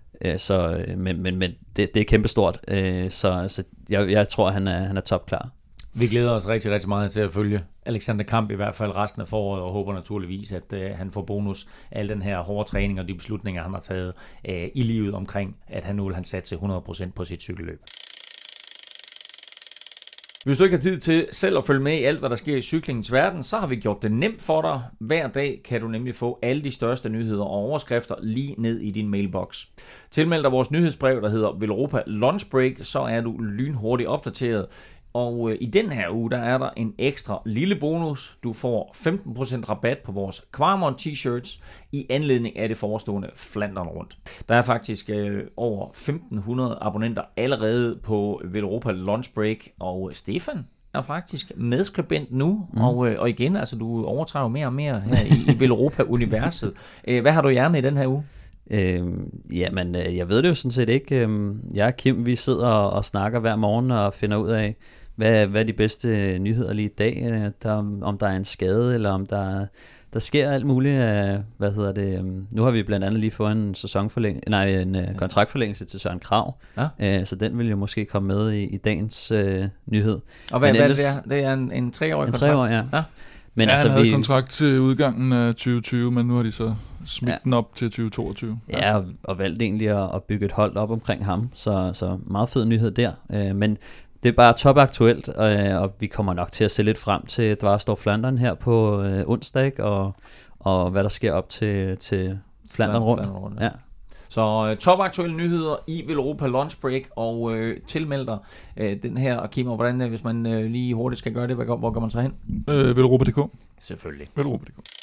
Så, men men, men det, det er kæmpestort, så, så jeg, jeg tror, han er, han er topklar. Vi glæder os rigtig, rigtig meget til at følge Alexander Kamp i hvert fald resten af foråret, og håber naturligvis, at uh, han får bonus af al den her hårde træning og de beslutninger, han har taget uh, i livet omkring, at han nu vil han satse hundrede procent på sit cykelløb. Hvis du ikke har tid til selv at følge med i alt, hvad der sker i cyklingens verden, så har vi gjort det nemt for dig. Hver dag kan du nemlig få alle de største nyheder og overskrifter lige ned i din mailbox. Tilmeld dig vores nyhedsbrev, der hedder Velropa Lunch Break, så er du lynhurtigt opdateret. Og i den her uge, der er der en ekstra lille bonus. Du får femten procent rabat på vores Kvarmont t-shirts i anledning af det forestående Flandern rundt. Der er faktisk øh, over femten hundrede abonnenter allerede på Velropa Lunch Break, og Stefan er faktisk medskribent nu, mm. og, øh, og igen, altså du overtager mere og mere her i, i Velropa-universet. Hvad har du gerne i den her uge? Øhm, jamen, jeg ved det jo sådan set ikke. Jeg og Kim, vi sidder og, og snakker hver morgen og finder ud af, hvad, hvad er de bedste nyheder lige i dag, der, om der er en skade, eller om der, der sker alt muligt. Hvad hedder det? Nu har vi blandt andet lige fået en sæsonforlæng, nej, en ja. kontraktforlængelse til Søren Krag, ja. så den vil jo måske komme med i, i dagens øh, nyhed. Og hvad, hvad ellers, er det? Det er en, en treårig kontrakt? En treårig, ja. ja. Men ja, altså, han havde vi... kontrakt til udgangen af tyve tyve, men nu har de så smidt ja. den op til tyve toogtyve. Ja, og, og valgte egentlig at, at bygge et hold op omkring ham, så, så meget fed nyhed der. Øh, men det er bare topaktuelt, øh, og vi kommer nok til at se lidt frem til Dvarstorp Flandern her på øh, onsdag, og, og hvad der sker op til, til Flandern rundt. Ja. Så uh, topaktuelle nyheder i Velropa Lunch Break, og uh, tilmeld dig uh, den her, og Kim, hvordan, uh, hvis man uh, lige hurtigt skal gøre det, hvor, hvor går man så hen? Øh, Velropa punktum d k. Selvfølgelig. Velropa punktum d k.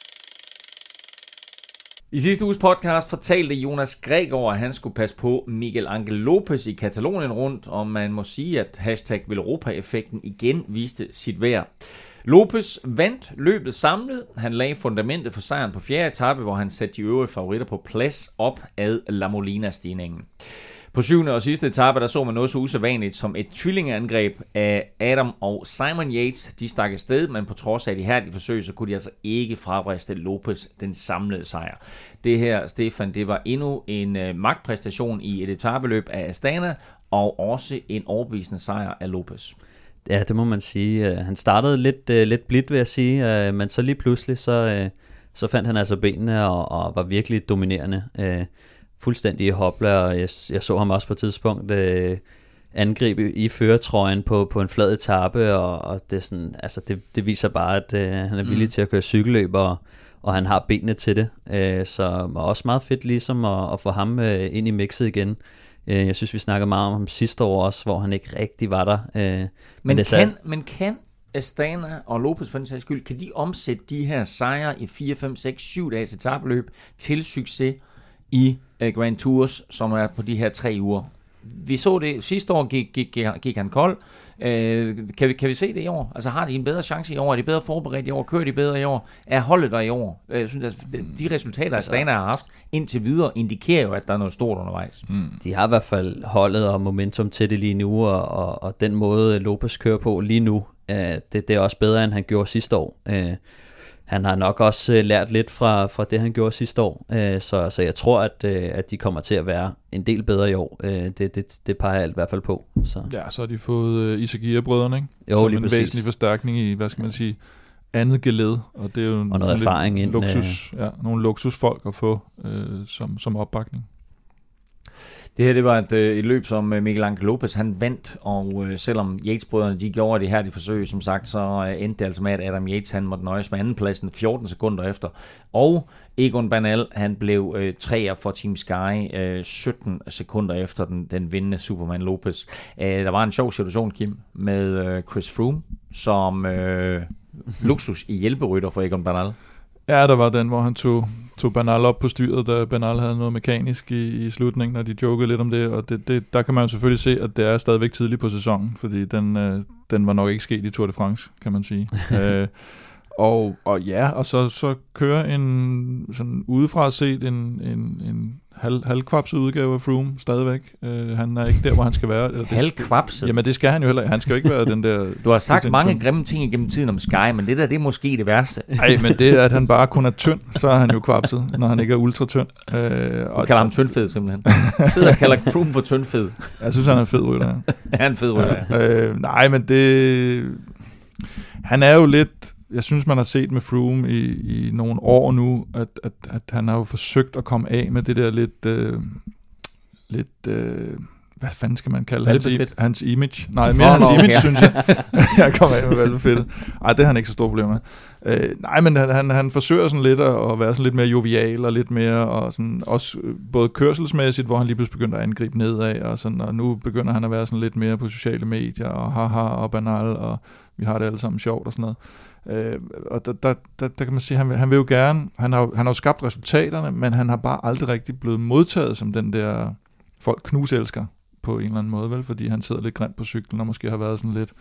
I sidste uges podcast fortalte Jonas Gregor, at han skulle passe på Miguel Angel Lopez i Katalonien rundt, og man må sige, at hashtag Velropa-effekten igen viste sit værd. Lopez vandt løbet samlet. Han lagde fundamentet for sejren på fjerde etape, hvor han satte de øvrige favoritter på plads op ad La Molina-stigningen. På syvende og sidste etape, der så man noget så usædvanligt som et tvillingeangreb af Adam og Simon Yates. De stak afsted, men på trods af de her de forsøg, så kunne de altså ikke fravriste Lopez den samlede sejr. Det her, Stefan, det var endnu en øh, magtpræstation i et etapeløb af Astana, og også en overbevisende sejr af Lopez. Ja, det må man sige. Han startede lidt, uh, lidt blidt, vil jeg sige, uh, men så lige pludselig, så, uh, så fandt han altså benene og, og var virkelig dominerende. Uh, fuldstændig i hopla, og jeg, jeg så ham også på et tidspunkt uh, angribe i førertrøjen på, på en flad etape, og, og det, er sådan, altså det, det viser bare, at uh, han er villig mm. til at køre cykelløb, og, og han har benene til det. Uh, så var også meget fedt ligesom at, at få ham uh, ind i mixet igen. Jeg synes, vi snakkede meget om ham sidste år også, hvor han ikke rigtig var der. Men, men, det kan, men kan Astana og Lopez for den sags skyld, kan de omsætte de her sejre i fire, fem, seks, syv dages etapeløb til succes i uh, Grand Tours, som er på de her tre uger? Vi så det sidste år, gik, gik, gik han kold. Øh, kan, vi, kan vi se det i år? Altså har de en bedre chance i år? Er de bedre forberedt i år? Kører de bedre i år? Er holdet der i år? Jeg synes, at de resultater, Astana har haft indtil videre, indikerer jo, at der er noget stort undervejs. Mm. De har i hvert fald holdet og momentum til det lige nu, og, og, og den måde Lopez kører på lige nu, øh, det, det er også bedre, end han gjorde sidste år. Øh, Han har nok også lært lidt fra, fra det, han gjorde sidste år, så, så jeg tror, at, at de kommer til at være en del bedre i år. Det, det, det peger alt i hvert fald på. Så. Ja, så har de fået Izagirre-brødrene, ikke? Jo, som lige en præcis. væsentlig forstærkning i, hvad skal man sige, andet geled. Og det er jo og noget erfaring ind. Luksus, ja, nogle luksusfolk at få øh, som, som opbakning. Det her, det var et, et løb, som Miguel Ángel López, han vandt, og øh, selvom Yates-brødrene, de gjorde det her, de forsøg, som sagt, så øh, endte det altså med, at Adam Yates, han måtte nøjes med andenpladsen fjorten sekunder efter, og Egan Bernal, han blev øh, treer for Team Sky øh, sytten sekunder efter den, den vindende Superman Lopez. Øh, der var en sjov situation, Kim, med øh, Chris Froome, som øh, luksus i hjælperytter for Egan Bernal. Ja, der var den, hvor han tog, tog Bernal op på styret, da Bernal havde noget mekanisk i, i slutningen, og de jokede lidt om det, og det, det, der kan man jo selvfølgelig se, at det er stadigvæk tidligt på sæsonen, fordi den, øh, den var nok ikke sket i Tour de France, kan man sige. øh, og, og ja, og så, så kører en sådan udefra set en, en, en halv, halvkvapset udgave af Froome stadigvæk. Øh, han er ikke der, hvor han skal være. Halvkvapset? Jamen det skal han jo heller. Han skal jo ikke være den der... Du har sagt mange tynd. grimme ting igennem tiden om Sky, men det der, det er måske det værste. Nej, men det er, at han bare kun er tynd, så er han jo kvapset, når han ikke er ultratynd. Øh, du kalder ham tyndfed simpelthen. Du sidder og kalder Froome for tyndfed. Jeg synes, han er en fed rytter. Han er en fed rytter, ja. øh, Nej, men det... Han er jo lidt... Jeg synes, man har set med Froome i, i nogle år nu, at, at, at han har jo forsøgt at komme af med det der lidt... Øh, lidt øh, hvad fanden skal man kalde hans, hans image? Nej, mere oh, hans no, image, okay. synes jeg. Jeg kommer af med valbefedtet. Ej, det har han ikke så store problemer med. Øh, nej, men han, han, han forsøger sådan lidt at være sådan lidt mere jovial og lidt mere, og sådan også både kørselsmæssigt, hvor han lige pludselig begynder at angribe nedad, og, sådan, og nu begynder han at være sådan lidt mere på sociale medier, og haha, og banal, og vi har det alle sammen sjovt og sådan noget. Øh, og der, der, der, der kan man sige, han vil, han vil jo gerne, han har, han har jo skabt resultaterne, men han har bare aldrig rigtig blevet modtaget som den der folk knuselsker på en eller anden måde, vel? Fordi han sidder lidt grimt på cyklen, og måske har været sådan lidt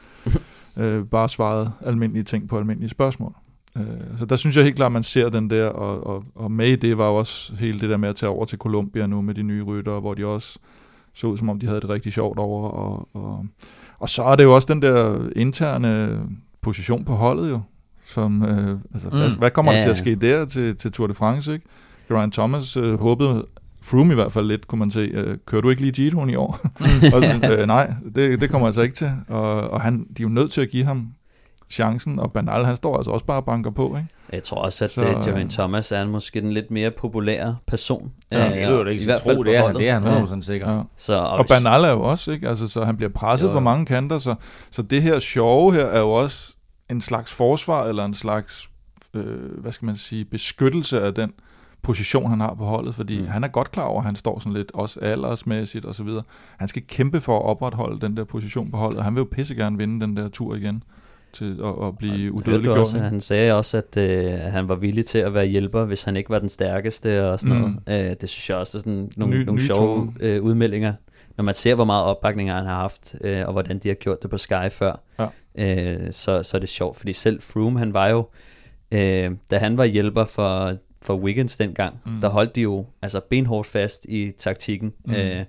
øh, bare svaret almindelige ting på almindelige spørgsmål. Øh, så der synes jeg helt klart, at man ser den der, og, og, og med i det var jo også hele det der med at tage over til Colombia nu med de nye ryttere, hvor de også så ud som om, de havde det rigtig sjovt over. Og, og, og så er det jo også den der interne position på holdet jo, som, øh, altså, mm. hvad, hvad kommer ja, der til at ske der til, til Tour de France, ikke? Geraint Thomas øh, håbede, Froome i hvert fald lidt, kunne man se, øh, kører du ikke lige Giroen i år? og så, øh, nej, det, det kommer altså ikke til. Og, og han, de er jo nødt til at give ham chancen, og Bernal, han står altså også bare og banker på, ikke? Jeg tror også, at så, Geraint Thomas er måske den lidt mere populære person. Ja, jeg ved jo ikke, så tro, det er han, det er han hundrede procent sikker. Ja. Så, og, og Bernal er jo også, ikke? Altså, så han bliver presset fra mange kanter, så, så det her sjove her er jo også en slags forsvar, eller en slags, øh, hvad skal man sige, beskyttelse af den position, han har på holdet, fordi mm. han er godt klar over, at han står sådan lidt, også aldersmæssigt og så videre. Han skal kæmpe for at opretholde den der position på holdet, og han vil jo pisse gerne vinde den der tur igen, til at, at blive udødeliggjort. Han sagde også, at øh, han var villig til at være hjælper, hvis han ikke var den stærkeste og sådan mm. noget. Øh, det synes jeg også er sådan nogle, ny, nogle ny sjove øh, udmeldinger, når man ser, hvor meget opbakning han har haft, øh, og hvordan de har gjort det på Sky før. Ja. Øh, så, så er det sjovt, fordi selv Froome, han var jo, øh, da han var hjælper for for Wiggins dengang, mm. der holdt de jo altså benhårdt fast i taktikken, mm. øh,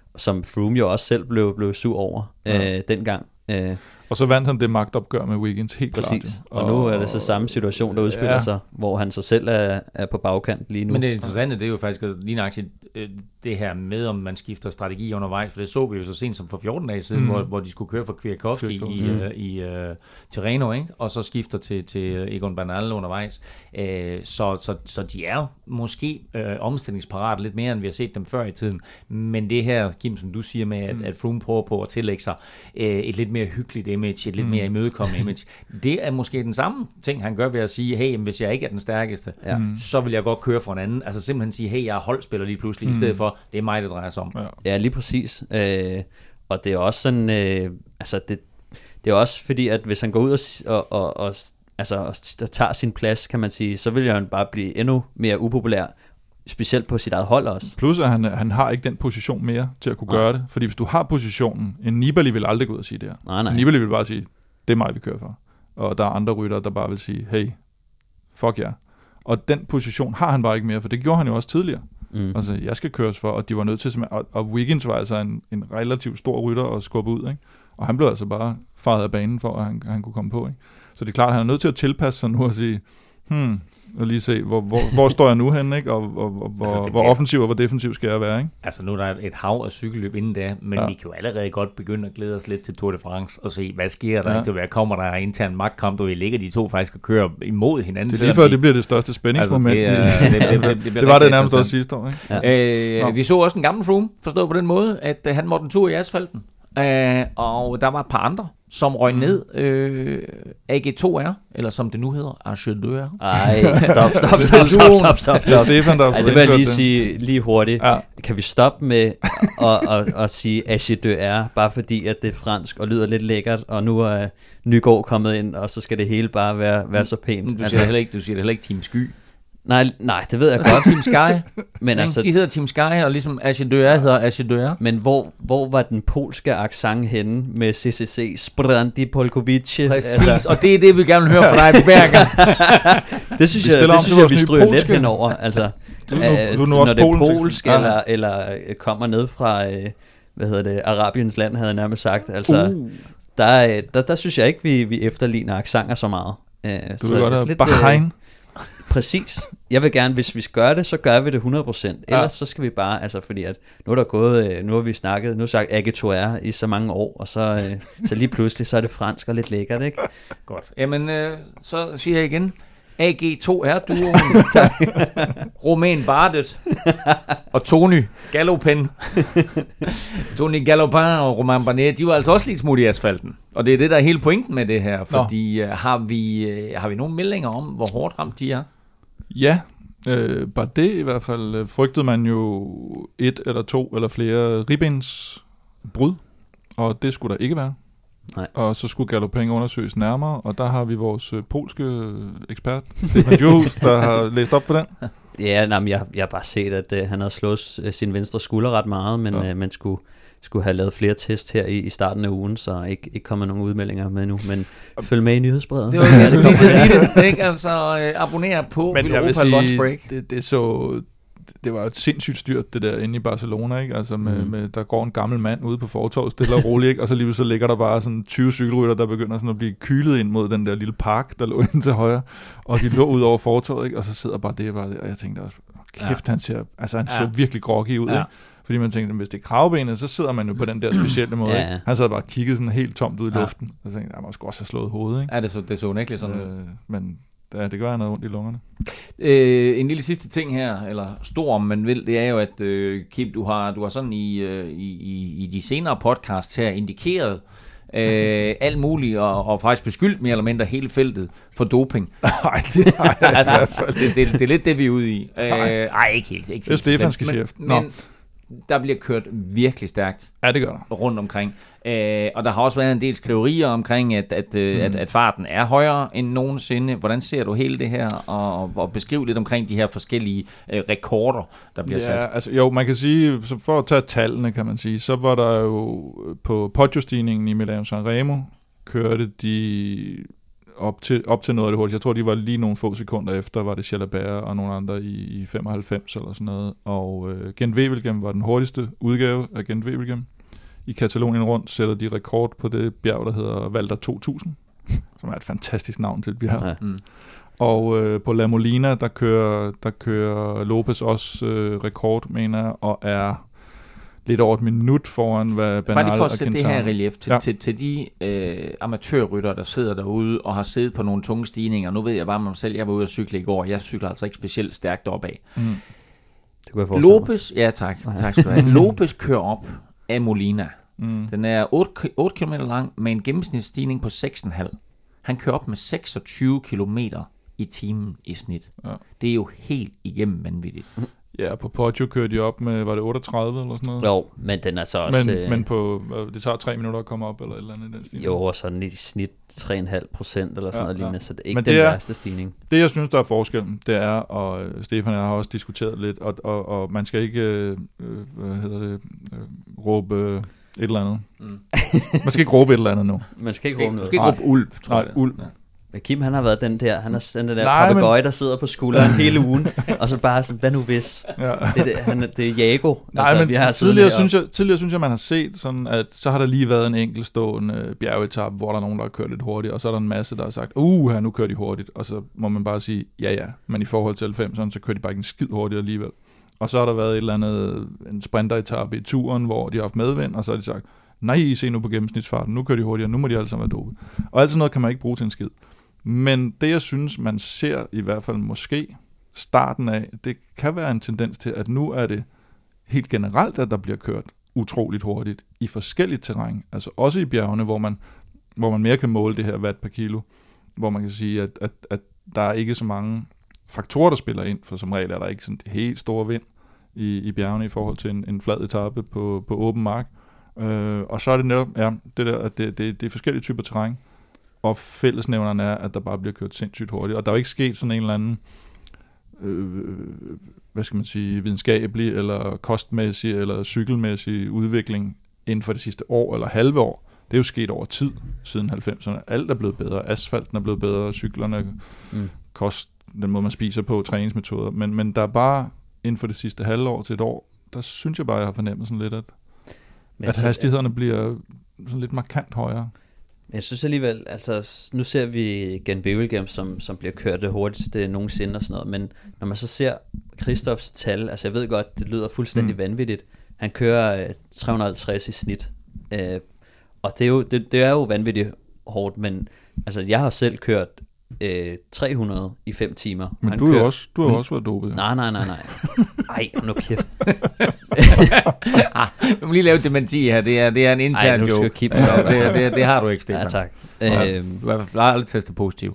som Froome jo også selv blev, blev sur over ja. øh, dengang. Øh, og så vandt han det magtopgør med Wiggins, helt præcis. klart. Og, og nu er det så samme situation, der udspiller ja. sig, hvor han så selv er, er på bagkant lige nu. Men det interessante, det er jo faktisk lige nøjagtigt det her med, om man skifter strategi undervejs, for det så vi jo så sent som for fjorten dage siden, mm. hvor, hvor de skulle køre for Kwiatkowski i, mm. uh, i uh, Tirreno, ikke? Og så skifter til, til Egan Bernal undervejs. Uh, så, så, så de er måske uh, omstillingsparate lidt mere, end vi har set dem før i tiden. Men det her, Kim, som du siger med, at, mm. at Froome prøver på at tillægge sig uh, et lidt mere hyggeligt image, et lidt mere imødekommende image. Det er måske den samme ting, han gør ved at sige, hey, hvis jeg ikke er den stærkeste, ja. så vil jeg godt køre for en anden. Altså simpelthen sige, hey, jeg er holdspiller lige pludselig, mm. i stedet for, det er mig, det drejer sig om. Ja, ja lige præcis. Øh, og det er også sådan, øh, altså det, det er også fordi, at hvis han går ud og, og, og, og, altså, og tager sin plads, kan man sige, så vil han bare blive endnu mere upopulær, specielt på sit eget hold også. Plus at han, han har ikke den position mere til at kunne nej. gøre det, fordi hvis du har positionen, en Nibali vil aldrig gå ud og sige det her. Nej, nej. Nibali vil bare sige, det er mig, vi kører for. Og der er andre ryttere, der bare vil sige, hey, fuck jer. Yeah. Og den position har han bare ikke mere, for det gjorde han jo også tidligere. Mm. Altså, jeg skal køres for, og de var nødt til, og, og Wiggins var altså en, en relativt stor rytter at skubbe ud, ikke? Og han blev altså bare faret af banen for, at han, han kunne komme på, ikke? Så det er klart, at han er nødt til at tilpasse sig nu og sige, hmm, og lige se, hvor, hvor, hvor står jeg nu henne, ikke? Og, og, og hvor, altså, hvor offensiv og hvor defensiv skal jeg være, ikke? Altså nu er der et hav af cykelløb inden da, men ja. vi kan jo allerede godt begynde at glæde os lidt til Tour de France og se, hvad sker der? Ja. Det være, kommer der intern magtkamp, og vi ligger de to faktisk og kører imod hinanden. Det er lige før, det bliver det største spændingsmoment. Altså, det, er, det, det, det, det var det nærmest også sidste år, ikke? Ja. Øh, vi så også en gammel Froome, forstået på den måde, at han måtte en tur i asfalten. Uh, og der var et par andre, som røg mm. ned. uh, A G to R, eller som det nu hedder, A G to R. Ej, stop, stop, stop, stop, stop, stop. Det er Stefan, der har fået. Det vil jeg lige sige lige hurtigt. Ja. Kan vi stoppe med at, at, at sige A G to R, bare fordi at det er fransk og lyder lidt lækkert, og nu er Nygaard kommet ind, og så skal det hele bare være, være så pænt. Du siger, altså, heller ikke, du siger heller ikke Team Sky. Nej, nej, det ved jeg godt. Team Sky. Men altså, de hedder Team Sky, og ligesom A G to R hedder A G to R. Men hvor, hvor var den polske accent henne med C C C? Sprandi Polkovice. Præcis, altså. Og det er det, vi gerne vil høre fra dig, Berger. det synes jeg, det synes jeg vi stryger lidt henover. Altså, du, du, du, du når det er polsk, ja. eller, eller kommer ned fra, hvad hedder det, Arabiens land, havde jeg nærmest sagt. Altså, uh. der, der, der synes jeg ikke, vi, vi efterligner accenter så meget. Du så vil godt have Bahrain. Præcis. Jeg vil gerne, hvis vi skal gøre det, så gør vi det hundrede procent. Ellers ja. så skal vi bare, altså fordi at nu er der gået, nu har vi snakket, nu har sagt A G to R i så mange år, og så, så lige pludselig, så er det fransk og lidt lækkert, ikke? Godt. Jamen, øh, så siger jeg igen, A G to R-duoen, Romain Bardet og Tony Galopin. Tony Galopin og Romain Bardet, de var altså også lidt smut i asfalten. Og det er det, der er hele pointen med det her, fordi uh, har, vi, uh, har vi nogle meldinger om, hvor hårdt ramt de er? Ja, øh, Bardet i hvert fald frygtede man jo et eller to eller flere ribbensbrud, og det skulle der ikke være. Nej. Og så skulle Galopin undersøges nærmere, og der har vi vores øh, polske ekspert, Stefan Johus, der har læst op på den. Ja, nej, jeg, jeg har bare set, at øh, han har slået øh, sin venstre skulder ret meget, men ja. øh, man skulle, skulle have lavet flere test her i, i starten af ugen, så ikke, ikke kommer nogen udmeldinger med nu, men følg med i nyhedsbrevet. Det var jeg skulle lige til at sige det, ikke? Altså øh, abonner på Europa Lunch Break. Det, det så... Det var et sindssygt styrt, det der inde i Barcelona, ikke? Altså med, mm. med, der går en gammel mand ude på fortovet, stille og roligt, ikke? Og så lige så ligger der bare sådan tyve cykelrytter, der begynder sådan at blive kylet ind mod den der lille park, der lå ind til højre, og de lå ud over fortovet, ikke? Og så sidder bare det bare der, og jeg tænkte også, kæft, ja. han ser, altså han ja. så virkelig groggy ud, ja. ikke? Fordi man tænkte, hvis det er kravbenet, så sidder man jo på den der specielle måde, ja, ja. Ikke? Han sad bare og kiggede sådan helt tomt ud i ja. luften, og så tænkte jeg, man skulle også have slået hovedet, ikke? Ja, det så, det så unægteligt sådan. Øh, men ja, det gør noget ondt i lungerne. Øh, en lille sidste ting her, eller stor om man vil, det er jo, at øh, Kim, du har, du har sådan i, øh, i, i de senere podcasts her indikeret øh, alt muligt, og, og faktisk beskyldt mere eller mindre hele feltet for doping. Nej, det har jeg altså, det, det, det er lidt det, vi er ude i. Øh, ej, ikke helt. Ikke det er Stefanske chef. Men, men der bliver kørt virkelig stærkt. Ja, det gør der. Rundt omkring. Øh, og der har også været en del skriverier omkring, at, at, mm. at, at farten er højere end nogensinde. Hvordan ser du hele det her, og, og beskriv lidt omkring de her forskellige øh, rekorder, der bliver ja, sat? Altså, jo, man kan sige, så for at tage tallene, kan man sige, så var der jo på Poggio-stigningen i Milano Sanremo, kørte de op til, op til noget af det hurtigt. Jeg tror, de var lige nogle få sekunder efter, var det Jalabert og nogle andre i, i femoghalvfems eller sådan noget. Og øh, Gent Wevelgem var den hurtigste udgave af Gent Wevelgem. I Katalonien rundt sætter de rekord på det bjerg, der hedder Valder to tusind, som er et fantastisk navn til et bjerg. Ja. Mm. Og øh, på La Molina, der kører, der kører Lopez også øh, rekord, mener jeg, og er lidt over et minut foran, hvad Bernal og Quintana. Bare lige for at sætte det her relief til, ja. til, til de øh, amatørrytter, der sidder derude og har siddet på nogle tunge stigninger. Nu ved jeg bare med mig selv, jeg var ude at cykle i går, jeg cykler altså ikke specielt stærkt opad. Mm. Det kunne jeg forestille Lopez, ja tak, tak skal du have. Lopez kører op af Molina. Mm. Den er otte kilometer lang med en gennemsnitsstigning på seks komma fem. Han kører op med seksogtyve kilometer i timen i snit. Ja. Det er jo helt igennem vanvittigt. Ja, på Poggio kører de op med, var det otteogtredive eller sådan noget? Jo, men den er så også... Men, øh, men på, det tager tre minutter at komme op, eller et eller andet i den stigning. Jo, og sådan i snit tre komma fem procent eller sådan ja, noget ja. lignende, så det er ikke men den det er, værste stigning. Det, jeg synes, der er forskellen, det er, og Stefan og jeg har også diskuteret lidt, og, og, og man skal ikke, øh, hvad hedder det, øh, råbe øh, et eller andet. Mm. Man skal ikke råbe et eller andet nu. Man skal ikke råbe noget. Man skal ikke råbe ulv, tror jeg. Nej, ulv. Ja. Men Kim, han har været den der, han har den der papegøje, der sidder på skulderen hele ugen, og så bare sådan, hvad nu hvis? Ja. Det, det, han, det er Jago. Nej, altså, men vi har tidligere, synes jeg, tidligere synes jeg, man har set sådan, at så har der lige været en enkeltstående bjergetap, hvor der er nogen, der har kørt lidt hurtigt, og så er der en masse, der har sagt, uh, her nu kører de hurtigt, og så må man bare sige, ja ja, men i forhold til halvfemserne, så kører de bare ikke en skid hurtigt alligevel. Og så har der været et eller andet, en sprinteretappe i turen, hvor de har haft medvind, og så har de sagt, nej, se nu på gennemsnitsfarten, nu kører de hurtigere, nu må de alle sammen være dopet. Og alt sådan noget kan man ikke bruge til en skid. Men det, jeg synes, man ser i hvert fald måske starten af, det kan være en tendens til, at nu er det helt generelt, at der bliver kørt utroligt hurtigt i forskellige terræn. Altså også i bjergene, hvor man, hvor man mere kan måle det her watt per kilo, hvor man kan sige, at, at, at der er ikke så mange faktorer, der spiller ind, for som regel er der ikke sådan det helt store vind i, i bjergene i forhold til en, en flad etape på, på åben mark. Øh, og så er det netop, ja, det der, at det, det, det er forskellige typer terræn. Og fællesnævneren er, at der bare bliver kørt sindssygt hurtigt. Og der er jo ikke sket sådan en eller anden, øh, hvad skal man sige, videnskabelig, eller kostmæssig, eller cykelmæssig udvikling inden for det sidste år, eller halve år. Det er jo sket over tid, siden halvfemserne. Alt er blevet bedre. Asfalten er blevet bedre, cyklerne, mm. kost, den måde man spiser på, træningsmetoder. Men, men der er bare, inden for det sidste halve år til et år, der synes jeg bare, jeg har fornemmet sådan lidt, at, at hastighederne bliver sådan lidt markant højere. Jeg synes alligevel, altså nu ser vi Gent Wevelgem, som, som bliver kørt det hurtigste nogensinde og sådan noget, men når man så ser Christophs tal, altså jeg ved godt, det lyder fuldstændig mm. vanvittigt. Han kører øh, tre hundrede og halvtreds i snit, øh, og det er, jo, det, det er jo vanvittigt hårdt, men altså jeg har selv kørt øh, tre hundrede i fem timer. Men du, kører, også, du har også været dopet. Nej, nej, nej, nej. Ej, nu kæft. ah, du må lige lave et dementi her. Det er, det er en intern joke. Ej, keep stop, det, det, det, det har du ikke, Stefan. Ja, tak. Ja, øhm. Du har aldrig testet positiv.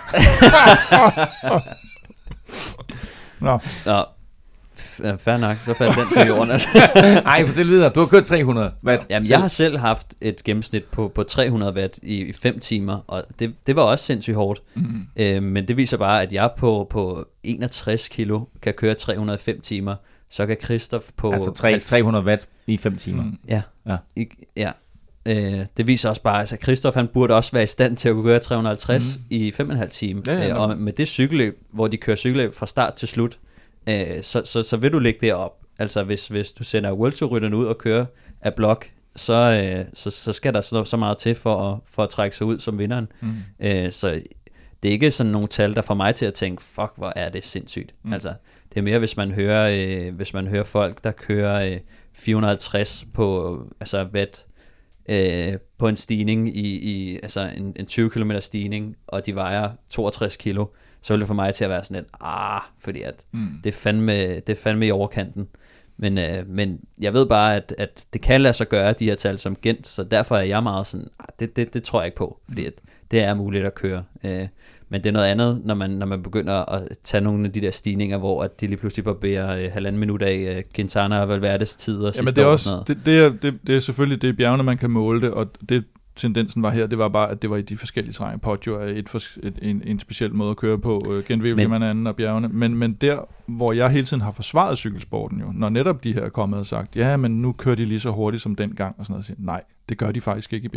Nå. Nå. Fair nok, så faldt den til jorden. Altså. Ej, fortæl videre. Du har kørt tre hundrede watt. Jamen, jeg har selv haft et gennemsnit på, på tre hundrede watt i, i fem timer, og det, det var også sindssygt hårdt. Mm. Øh, men det viser bare, at jeg på, på enogtres kilo kan køre tre hundrede og fem timer, så kan Christoph på... Altså tre hundrede watt i fem timer. Mm. Ja, ja. I, ja. Øh, det viser også bare, at altså Christoph han burde også være i stand til at kunne køre tre hundrede og halvtreds mm. i fem komma fem timer. Ja, ja, øh, og med det cykelløb, hvor de kører cykelløb fra start til slut, øh, så, så, så vil du lægge det op. Altså hvis, hvis du sender World Tour-rytterne ud og kører af blok, så, øh, så, så skal der så, så meget til for at, for at trække sig ud som vinderen. Mm. Øh, så det er ikke sådan nogle tal, der får mig til at tænke, fuck, hvor er det sindssygt. Mm. Altså, det er mere, hvis man hører, øh, hvis man hører folk, der kører øh, fire hundrede og halvtreds på, altså watt, øh, på en stigning, i, i altså en, en tyve kilometer stigning, og de vejer toogtres kilo, så vil det for mig til at være sådan lidt, ah, fordi at mm. det, er fandme, det er fandme i overkanten. Men, øh, men jeg ved bare, at, at det kan lade sig gøre, de her tal som Gent, så derfor er jeg meget sådan, ah, det, det, det tror jeg ikke på, fordi at det er muligt at køre. Øh, men det er noget andet, når man, når man begynder at tage nogle af de der stigninger, hvor at de lige pludselig barberer øh, halvanden minut af øh, Quintana og Valverdes tid og sidste det er år. Også, det, det, er, det, det er selvfølgelig det er bjergene, man kan måle det, og det tendensen var her, det var bare, at det var i de forskellige terræn. Poggio er et, et, en, en speciel måde at køre på, uh, Gent Wevelgem er anden af bjergene, men, men der, hvor jeg hele tiden har forsvaret cykelsporten jo, når netop de her er kommet og sagt, ja, men nu kører de lige så hurtigt som dengang, og sådan noget, siger, nej, det gør de faktisk ikke i bjergene.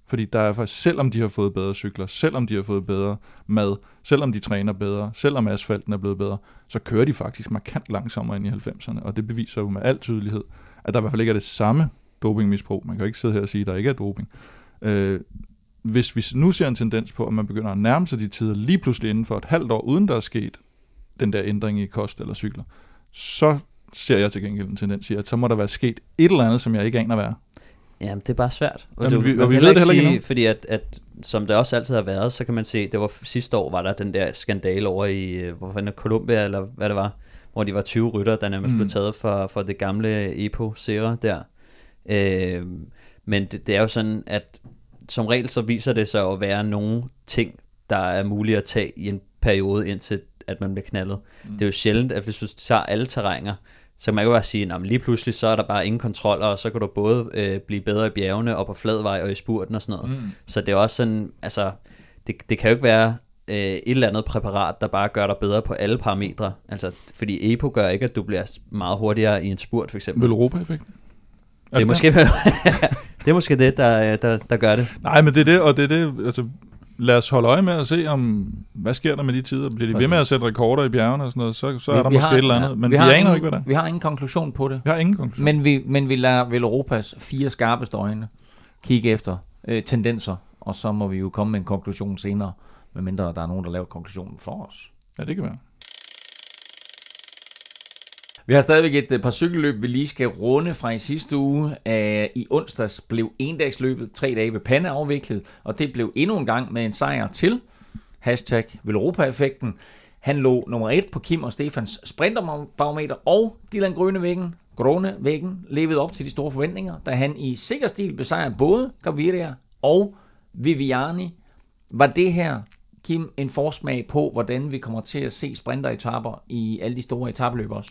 Fordi der er faktisk, selvom de har fået bedre cykler, selvom de har fået bedre mad, selvom de træner bedre, selvom asfalten er blevet bedre, så kører de faktisk markant langsommere end i halvfemserne. Og det beviser jo med al tydelighed, at der i hvert fald ikke er det samme dopingmisbrug. Man kan jo ikke sidde her og sige, at der ikke er doping. Øh, hvis vi nu ser en tendens på, at man begynder at nærme sig de tider lige pludselig inden for et halvt år, uden der er sket den der ændring i kost eller cykler, så ser jeg til gengæld en tendens i, at så må der være sket et eller andet, som jeg ikke aner hvad er. Jamen, det er bare svært. Og Jamen, du, vi, og vi ved det heller ikke endnu. Fordi at, at, som det også altid har været, så kan man se, det var sidste år, var der den der skandale over i, hvor fanden er Colombia, eller hvad det var, hvor de var tyve rytter, der nærmest mm. blev taget for, for det gamle Epo-Sera der. Øh, men det, det er jo sådan, at som regel så viser det sig at være nogle ting, der er mulige at tage i en periode, indtil at man bliver knaldet. Mm. Det er jo sjældent, at hvis du tager alle terrænger, så kan man jo bare sige, at lige pludselig så er der bare ingen kontroller, og så kan du både øh, blive bedre i bjergene, og på fladvej og i spurten og sådan noget. Mm. Så det er også sådan, altså, det, det kan jo ikke være øh, et eller andet præparat, der bare gør dig bedre på alle parametre. Altså, fordi EPO gør ikke, at du bliver meget hurtigere i en spurt, for eksempel. Velropa-effekten? Det er, måske, det er måske det, der, der, der gør det. Nej, men det er det, og det er det, altså, lad os holde øje med at se, om hvad sker der med de tider. Bliver de ved med at sætte rekorder i bjergene og sådan noget, så, så er vi, der vi måske har, et eller andet. Ja, men vi, vi aner ingen, ikke, hvad der. Vi har ingen konklusion på det. Vi har ingen konklusion. Men vi, men vi lader Velropas fire skarpeste øjne kigge efter øh, tendenser, og så må vi jo komme med en konklusion senere, medmindre der er nogen, der laver konklusionen for os. Ja, det kan være. Vi har stadigvæk et par cykelløb, vi lige skal runde fra i sidste uge. Uh, I onsdags blev endagsløbet tre dage ved Pande afviklet, og det blev endnu en gang med en sejr til. Hashtag Velropa-effekten. Han lå nummer et på Kim og Stefans sprinterbarometer, og Dylan Groenewegen, Groenewegen levede op til de store forventninger, da han i sikker stil besejrede både Gaviria og Viviani. Var det her, Kim, en forsmag på, hvordan vi kommer til at se sprinteretapper i alle de store etapeløb også?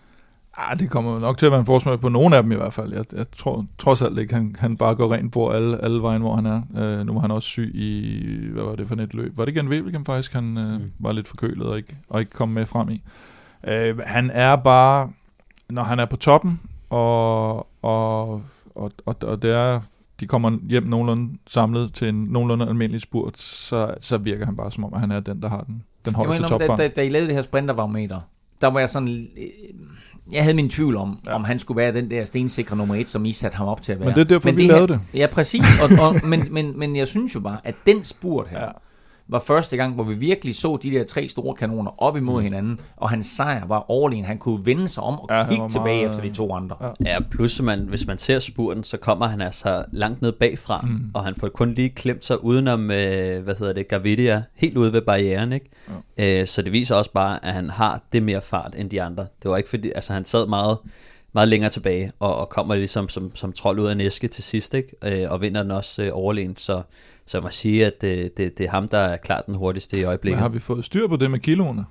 Ah, det kommer nok til at være en forsmag på nogle af dem i hvert fald. Jeg, jeg tror trods alt ikke, han, han bare går rent på alle, alle vejen, hvor han er. Uh, nu var han også syg i, hvad var det for et løb? Var det igen Wevelgem faktisk, han uh, mm. var lidt forkølet og ikke, og ikke kom med frem i. Uh, han er bare, når han er på toppen, og, og, og, og, og det er, de kommer hjem nogenlunde samlet til en nogenlunde almindelig spurt, så, så virker han bare som om, at han er den, der har den, den højeste topfang. Da, da, da I lavede det her sprinterbarometer, der var jeg sådan, jeg havde min tvivl om, ja. om han skulle være den der stensikre nummer et, som I satte ham op til at være. Men det er derfor, men vi det lavede her, det. Ja, præcis. Og, og, men, men, men jeg synes jo bare, at den spurt her, ja. var første gang, hvor vi virkelig så de der tre store kanoner op imod mm. hinanden, og hans sejr var overlegen. Han kunne vende sig om og ja, kigge tilbage meget, efter de to andre. Ja, ja plus man, hvis man ser spurten, så kommer han altså langt ned bagfra, mm. og han får kun lige klemt sig udenom, øh, hvad hedder det, Gaviria, helt ude ved barrieren, ikke? Ja. Øh, så det viser også bare, at han har det mere fart end de andre. Det var ikke fordi, altså han sad meget, meget længere tilbage, og, og kommer ligesom som, som trold ud af en æske til sidst, ikke? Øh, og vinder den også øh, overlegent, så Så jeg må sige, at det, det, det er ham, der er klart den hurtigste i øjeblikket. Men har vi fået styr på det med kiloene?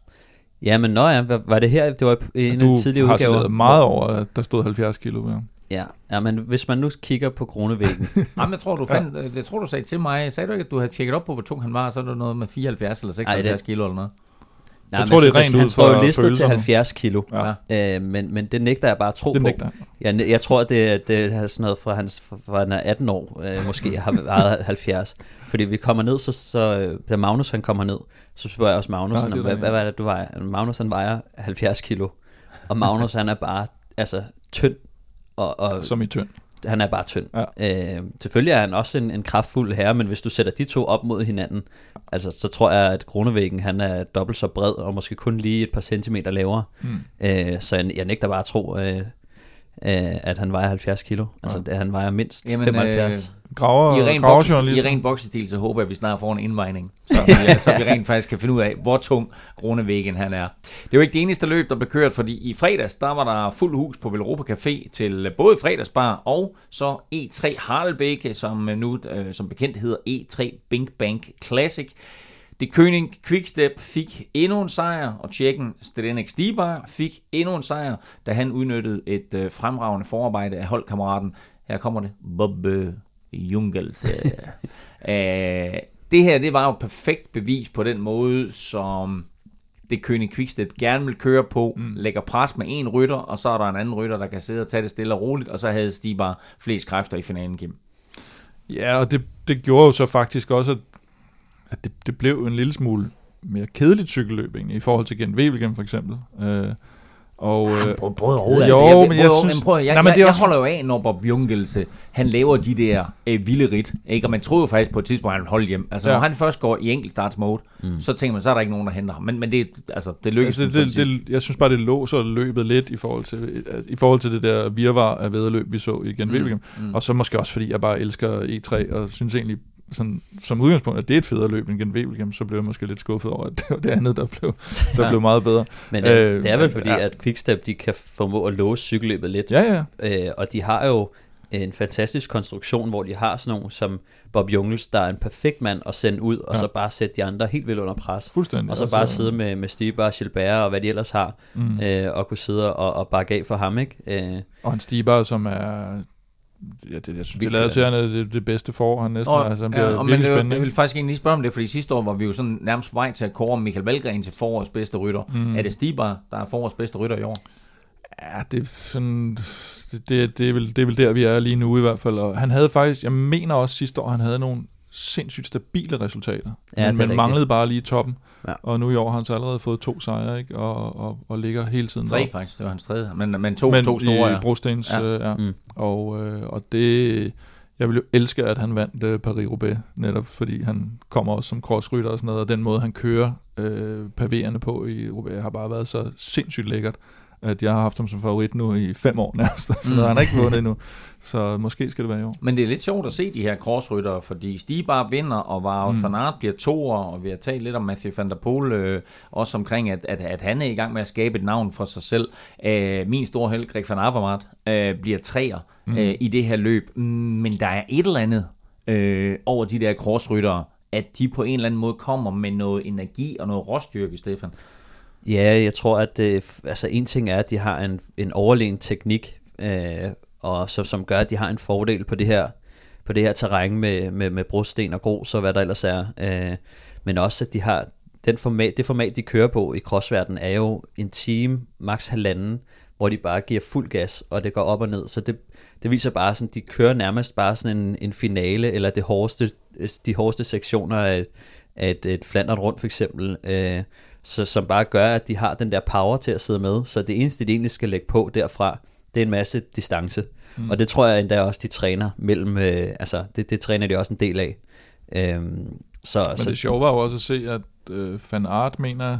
Ja, men nå ja, var det her, det var en af de tidlige udgaver. Du har meget over, at der stod halvfjerds kilo. Ja. Ja, ja, men hvis man nu kigger på Groenewegen. Jamen, jeg tror, du fandt, ja. jeg tror, du sagde til mig, sagde du ikke, at du havde tjekket op på, hvor tung han var, så er det noget med fireoghalvfjerds eller seksoghalvfjerds Ej, det... kilo eller noget? Nej, jeg tror, det er rent ud han står jo listet til halvfjerds kilo, ja. øh, men, men det nægter jeg bare at tro det på. Jeg, jeg tror, det, det er sådan noget fra, hans, fra han er atten år, øh, måske har været halvfjerds. Fordi vi kommer ned, så, så da Magnus han kommer ned, så spørger jeg også Magnus, ja, hvad, hvad er det, du vejer? Magnus han vejer halvfjerds kilo, og Magnus han er bare altså tynd. Og, og, Som i tynd. Han er bare tynd. Ja. Øh, selvfølgelig er han også en, en kraftfuld herre, men hvis du sætter de to op mod hinanden, altså, så tror jeg, at Groenewegen han er dobbelt så bred, og måske kun lige et par centimeter lavere. Mm. Øh, så jeg, jeg nægter bare at tro, øh, øh, at han vejer halvfjerds kilo. Altså, ja. Han vejer mindst Jamen, femoghalvfjerds. Øh, graver, I ren, boxe, I ren boksestil, så håber jeg, at vi snart får en indvejning, så vi, så vi rent faktisk kan finde ud af, hvor tung Groenewegen han er. Det er jo ikke det eneste løb, der blev kørt, fordi i fredags, der var der fuld hus på Velropa Café til både fredagsbar og så E tre Harlebeke, som nu øh, som bekendt hedder E tre Bing Bank Classic. Det König Quickstep fik endnu en sejr, og tjekken Zdeněk Stybar fik endnu en sejr, da han udnyttede et øh, fremragende forarbejde af holdkammeraten. Her kommer det. Bobbe Jungels. Æh, det her, det var jo et perfekt bevis på den måde, som det König Quickstep gerne vil køre på, mm. lægger pres med en rytter, og så er der en anden rytter, der kan sidde og tage det stille og roligt, og så havde Stybar flest kræfter i finalen, Kim. Ja, og det, det gjorde jo så faktisk også, at, at det, det blev en lille smule mere kedeligt cykelløb egentlig, i forhold til Gent Wevelgem for eksempel. Øh, og, øh, både og, jo, altså, jeg, men jeg synes... Prøv, jeg, nej, men jeg, jeg, jeg holder jo af, når Bob Jungelse, han laver de der øh, vilde ridt, ikke? Og man troede jo faktisk på et tidspunkt, at han ville holde hjem. Altså, ja. Når han først går i enkeltstartsmode, mm. så tænker man, så er der ikke nogen, der henter ham. Men, men det, altså, det lykkes altså, det, det, Jeg synes bare, det låser løbet lidt i forhold til, i forhold til det der virvar af væddeløb, vi så i Gent Wevelgem. Mm. Mm. Og så måske også, fordi jeg bare elsker E tre, og synes egentlig, sådan, som udgangspunkt, at det er et federe løb end Gent Wevelgem, så blev jeg måske lidt skuffet over, at det var det andet, der blev, der ja. blev meget bedre. Men øh, det er vel fordi, ja. at Quickstep, de kan formå at låse cykelløbet lidt. Ja, ja. Øh, og de har jo en fantastisk konstruktion, hvor de har sådan nogle som Bob Jungels, der er en perfekt mand at sende ud, og ja. så bare sætte de andre helt vildt under pres. Fuldstændig. Og så bare altså, sidde med, med Stibar, Gilbert og hvad de ellers har, mm. øh, og kunne sidde og, og bakke af for ham, ikke? Øh. Og en Stibar, som er... Ja, det, jeg synes, det lader til, at han er det, det bedste forår, han næsten og, altså, han bliver ja, og virkelig men, spændende. Jeg vil faktisk egentlig lige spørge om det, fordi sidste år var vi jo sådan nærmest på vej til at kåre Michael Valgren til forårets bedste rytter. Mm. Er det Stibar, der er forårets bedste rytter i år? Ja, det er sådan... Det, det, det, er vel, det er vel der, vi er lige nu i hvert fald. Og han havde faktisk... Jeg mener også sidste år, han havde nogle sindssygt stabile resultater. Ja, men man manglede bare lige toppen. Ja. Og nu i år har han så allerede fået to sejre, ikke? Og, og, og ligger hele tiden Tre op. faktisk, det var hans tredje. Men, men to, men to store, ja. Brostens, ja. Øh, ja. Mm. Og, øh, og det... Jeg ville jo elske, at han vandt øh, Paris-Roubaix, netop fordi han kommer også som crossrytter og sådan noget, og den måde, han kører øh, pavéerne på i Roubaix, har bare været så sindssygt lækkert, at jeg har haft ham som favorit nu i fem år nærmest, så mm. han har ikke vundet endnu, så måske skal det være i år. Men det er lidt sjovt at se de her crossryttere, fordi Stibar vinder, og Wout mm. van Aert bliver toer, og vi har talt lidt om Mathieu van der Poel, øh, også omkring, at, at, at han er i gang med at skabe et navn for sig selv. Øh, min store held, Greg van Avermaet, øh, bliver treer mm. øh, i det her løb, men der er et eller andet øh, over de der crossryttere, at de på en eller anden måde kommer med noget energi og noget råstyrke, Stefan. Ja, jeg tror, at øh, altså en ting er, at de har en, en overlegen teknik, øh, og så, som gør, at de har en fordel på det her, på det her terræn med, med, med brosten og grus og hvad der ellers er. Øh, men også, at de har den format, det format, de kører på i crossverdenen, er jo en time, maks halvanden, hvor de bare giver fuld gas, og det går op og ned. Så det, det viser bare sådan, de kører nærmest bare sådan en, en finale, eller det hårdeste, de hårdeste sektioner af, af et, et Flandern rundt for eksempel, øh, så, som bare gør, at de har den der power til at sidde med. Så det eneste, de egentlig skal lægge på derfra, det er en masse distance. Mm. Og det tror jeg endda også, de træner mellem, øh, altså det, det træner de også en del af. Øhm, så, Men så, det sjove var jo også at se, at øh, Van Aert mener,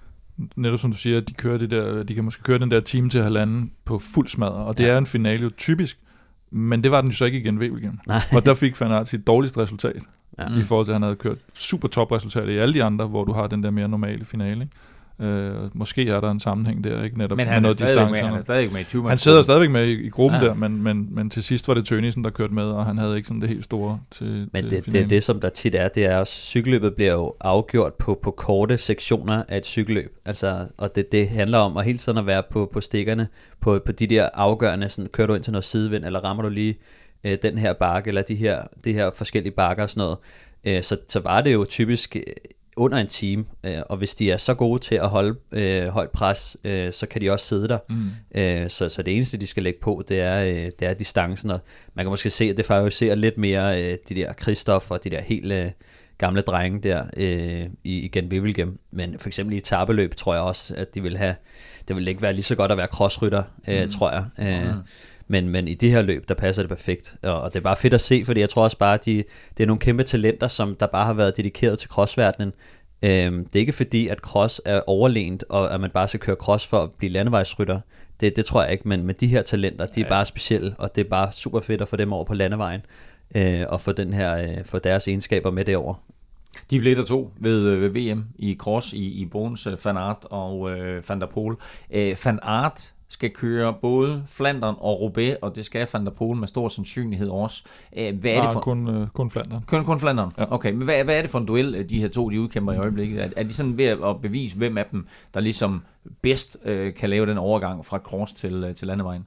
netop som du siger, at de, kører det der, de kan måske køre den der time til halvanden på fuld smadre, og det ja. er en finale jo typisk, men det var den jo så ikke igen ved igen. Og der fik Van Aert sit dårligste resultat, ja. i forhold til, at han havde kørt super topresultater i alle de andre, hvor du har den der mere normale finale, ikke? Øh, måske er der en sammenhæng der, ikke netop men han med noget distance. Men han er stadig med i tyve. Han sidder stadigvæk med i, i gruppen ja. der, men, men, men til sidst var det Tønnesen, der kørte med, og han havde ikke sådan det helt store til Men til det, det, det, som der tit er, det er også, cykelløbet bliver jo afgjort på, på korte sektioner af et cykelløb. Altså, og det, det handler om at hele tiden at være på, på stikkerne, på, på de der afgørende, sådan, kører du ind til noget sidevind, eller rammer du lige øh, den her bakke, eller de her, de her forskellige bakker og sådan noget. Øh, så, så var det jo typisk under en time, øh, og hvis de er så gode til at holde øh, højt pres, øh, så kan de også sidde der. Mm. Øh, så, så det eneste, de skal lægge på, det er, øh, det er distancen, og man kan måske se, at det favoriserer lidt mere øh, de der Christoph og de der helt øh, gamle drenge der øh, i, i Gent Wevelgem. Men for eksempel i etapeløb tror jeg også, at de vil have, det vil ikke være lige så godt at være crossrytter, øh, mm. tror jeg. Øh, mm. Men, men i det her løb, der passer det perfekt, og, og det er bare fedt at se, fordi jeg tror også bare, at de, det er nogle kæmpe talenter, som der bare har været dedikeret til crossverdenen. Øhm, det er ikke fordi, at cross er overlegent, og at man bare skal køre cross for at blive landevejsrytter. Det, det tror jeg ikke, men, men de her talenter, de er ja. bare specielle, og det er bare super fedt at få dem over på landevejen, øh, og få, den her, øh, få deres egenskaber med derover. De blev der to ved, ved V M i cross i, i Bones, Van Aert og øh, Van der Poel. Øh, Van Aert skal køre både Flandern og Roubaix, og det skal Van der Poel med stor sandsynlighed også. Hvad er Nej, det for kun, øh, kun Flandern. Kun, kun Flandern? Ja. Okay, men hvad, hvad er det for en duel, de her to, de udkæmper i øjeblikket? Er, er de sådan ved at bevise, hvem af dem, der ligesom bedst øh, kan lave den overgang fra cross til, øh, til landevejen?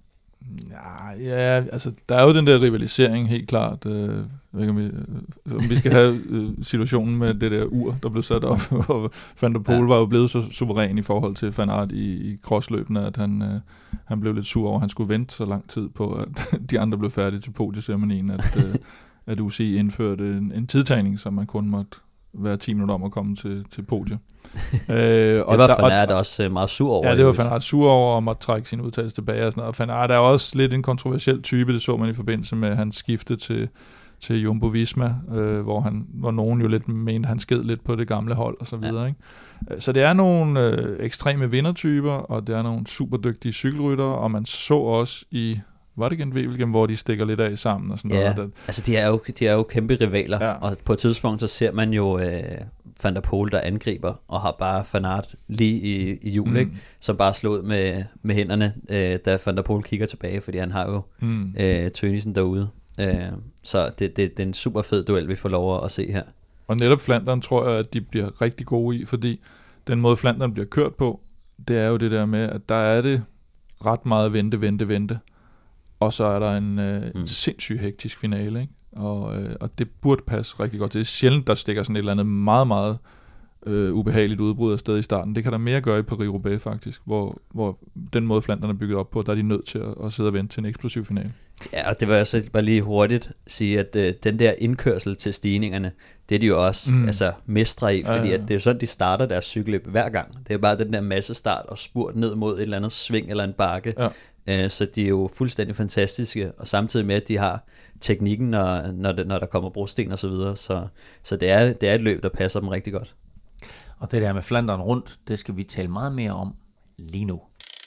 Ja, ja, altså der er jo den der rivalisering helt klart. Øh, jeg ved ikke, om, vi, om vi skal have øh, situationen med det der ur, der blev sat op, og Van der Poel ja. var jo blevet så suveræn i forhold til Van Aert i, i crossløbene, at han, øh, han blev lidt sur over, at han skulle vente så lang tid på, at de andre blev færdige til podieceremonien, at, øh, at U C I indførte en, en tidtagning, så man kun måtte være ti minutter om at komme til, til podiet. øh, det var Van Aert også meget sur over. Ja, det var Van Aert sur over og måtte trække sin udtalelse tilbage og sådan noget. Og Van Aert er også lidt en kontroversiel type, det så man i forbindelse med hans skifte til, til Jumbo Visma, øh, hvor, han, hvor nogen jo lidt mente, han sked lidt på det gamle hold og så videre. Ja. Ikke? Så det er nogle øh, ekstreme vindertyper, og det er nogle superdygtige cykelryttere, og man så også i var det igen Wevelgem, hvor de stikker lidt af sammen og sådan ja, noget. altså de er jo, de er jo kæmpe rivaler, ja. Og på et tidspunkt så ser man jo øh, Van der Poel, der angriber, og har bare Van Aert lige i, i hjul, mm. ikke? Som bare slår ud med, med hænderne, øh, da Van der Poel kigger tilbage, fordi han har jo mm. øh, Tønnesen derude. Øh, så det, det, det er en super fed duel, vi får lov at se her. Og netop Flandern tror jeg, at de bliver rigtig gode i, fordi den måde Flandern bliver kørt på, det er jo det der med, at der er det ret meget vente, vente, vente. Og så er der en, øh, mm. en sindssygt hektisk finale, ikke? Og, øh, og det burde passe rigtig godt. Det er sjældent, der stikker sådan et eller andet meget, meget øh, ubehageligt udbrud af sted i starten. Det kan der mere gøre i Paris-Roubaix faktisk, hvor, hvor den måde Flandern er bygget op på, der er de nødt til at, at sidde og vente til en eksplosiv finale. Ja, og det var jeg så bare lige hurtigt sige, at øh, den der indkørsel til stigningerne, det er de jo også mm. altså, mestre i, fordi ja, ja. At det er sådan, de starter deres cykelløb hver gang. Det er bare den der massestart og spurt ned mod et eller andet sving eller en bakke. Ja. Så de er jo fuldstændig fantastiske, og samtidig med, at de har teknikken, når, når, det, når der kommer brosten og så videre. Så, så det, er, det er et løb, der passer dem rigtig godt. Og det der med Flandern rundt, det skal vi tale meget mere om lige nu.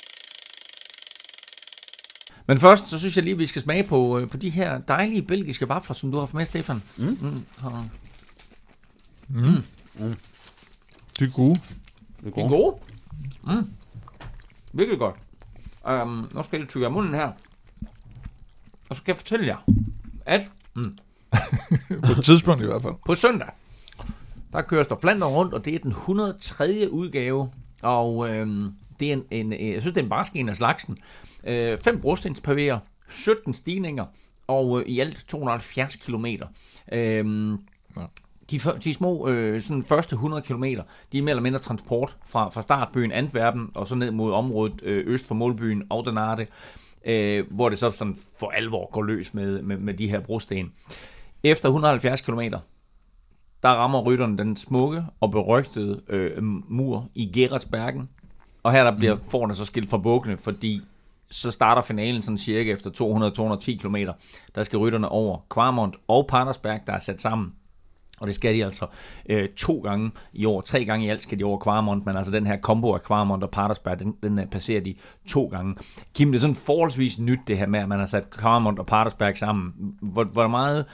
Men først, så synes jeg lige, at vi skal smage på, på de her dejlige belgiske vafler, som du har haft med, Stefan. Mm. Mm. Mm. Mm. Mm. De er gode. De er gode? Mm. Virkelig godt. Um, nu skal jeg tykke af munden her. Og så skal jeg fortælle jer, at mm, på et tidspunkt i hvert fald. På søndag, der køres der Flandern rundt, og det er den et hundrede og tredje udgave. Og øhm, det er en, en, jeg synes, det er en barsk en af slagsen. Øh, fem brostenspavéer, sytten stigninger, og øh, i alt to hundrede og halvfjerds kilometer. Øh, ja. De, de små øh, sådan første hundrede kilometer, de er mere eller mindre transport fra, fra startbyen Antwerpen, og så ned mod området øh, øst for målbyen Oudenaarde, øh, hvor det så sådan for alvor går løs med, med, med de her brosten. Efter et hundrede og halvfjerds kilometer, der rammer rytterne den smukke og berygtede øh, mur i Gerardsbergen, og her der bliver forne så skilt fra bukkene, fordi så starter finalen sådan cirka efter to hundrede til to hundrede og ti kilometer. Der skal rytterne over Kvarmont og Patersberg, der er sat sammen. Og det skal de altså øh, to gange i år. Tre gange i alt skal de over Kvarmont, men altså den her kombo af Kvarmont og Patersberg, den, den er passerer de to gange. Kim, det er sådan forholdsvis nyt det her med, at man har sat Kvarmont og Patersberg sammen. Hvor, hvor meget,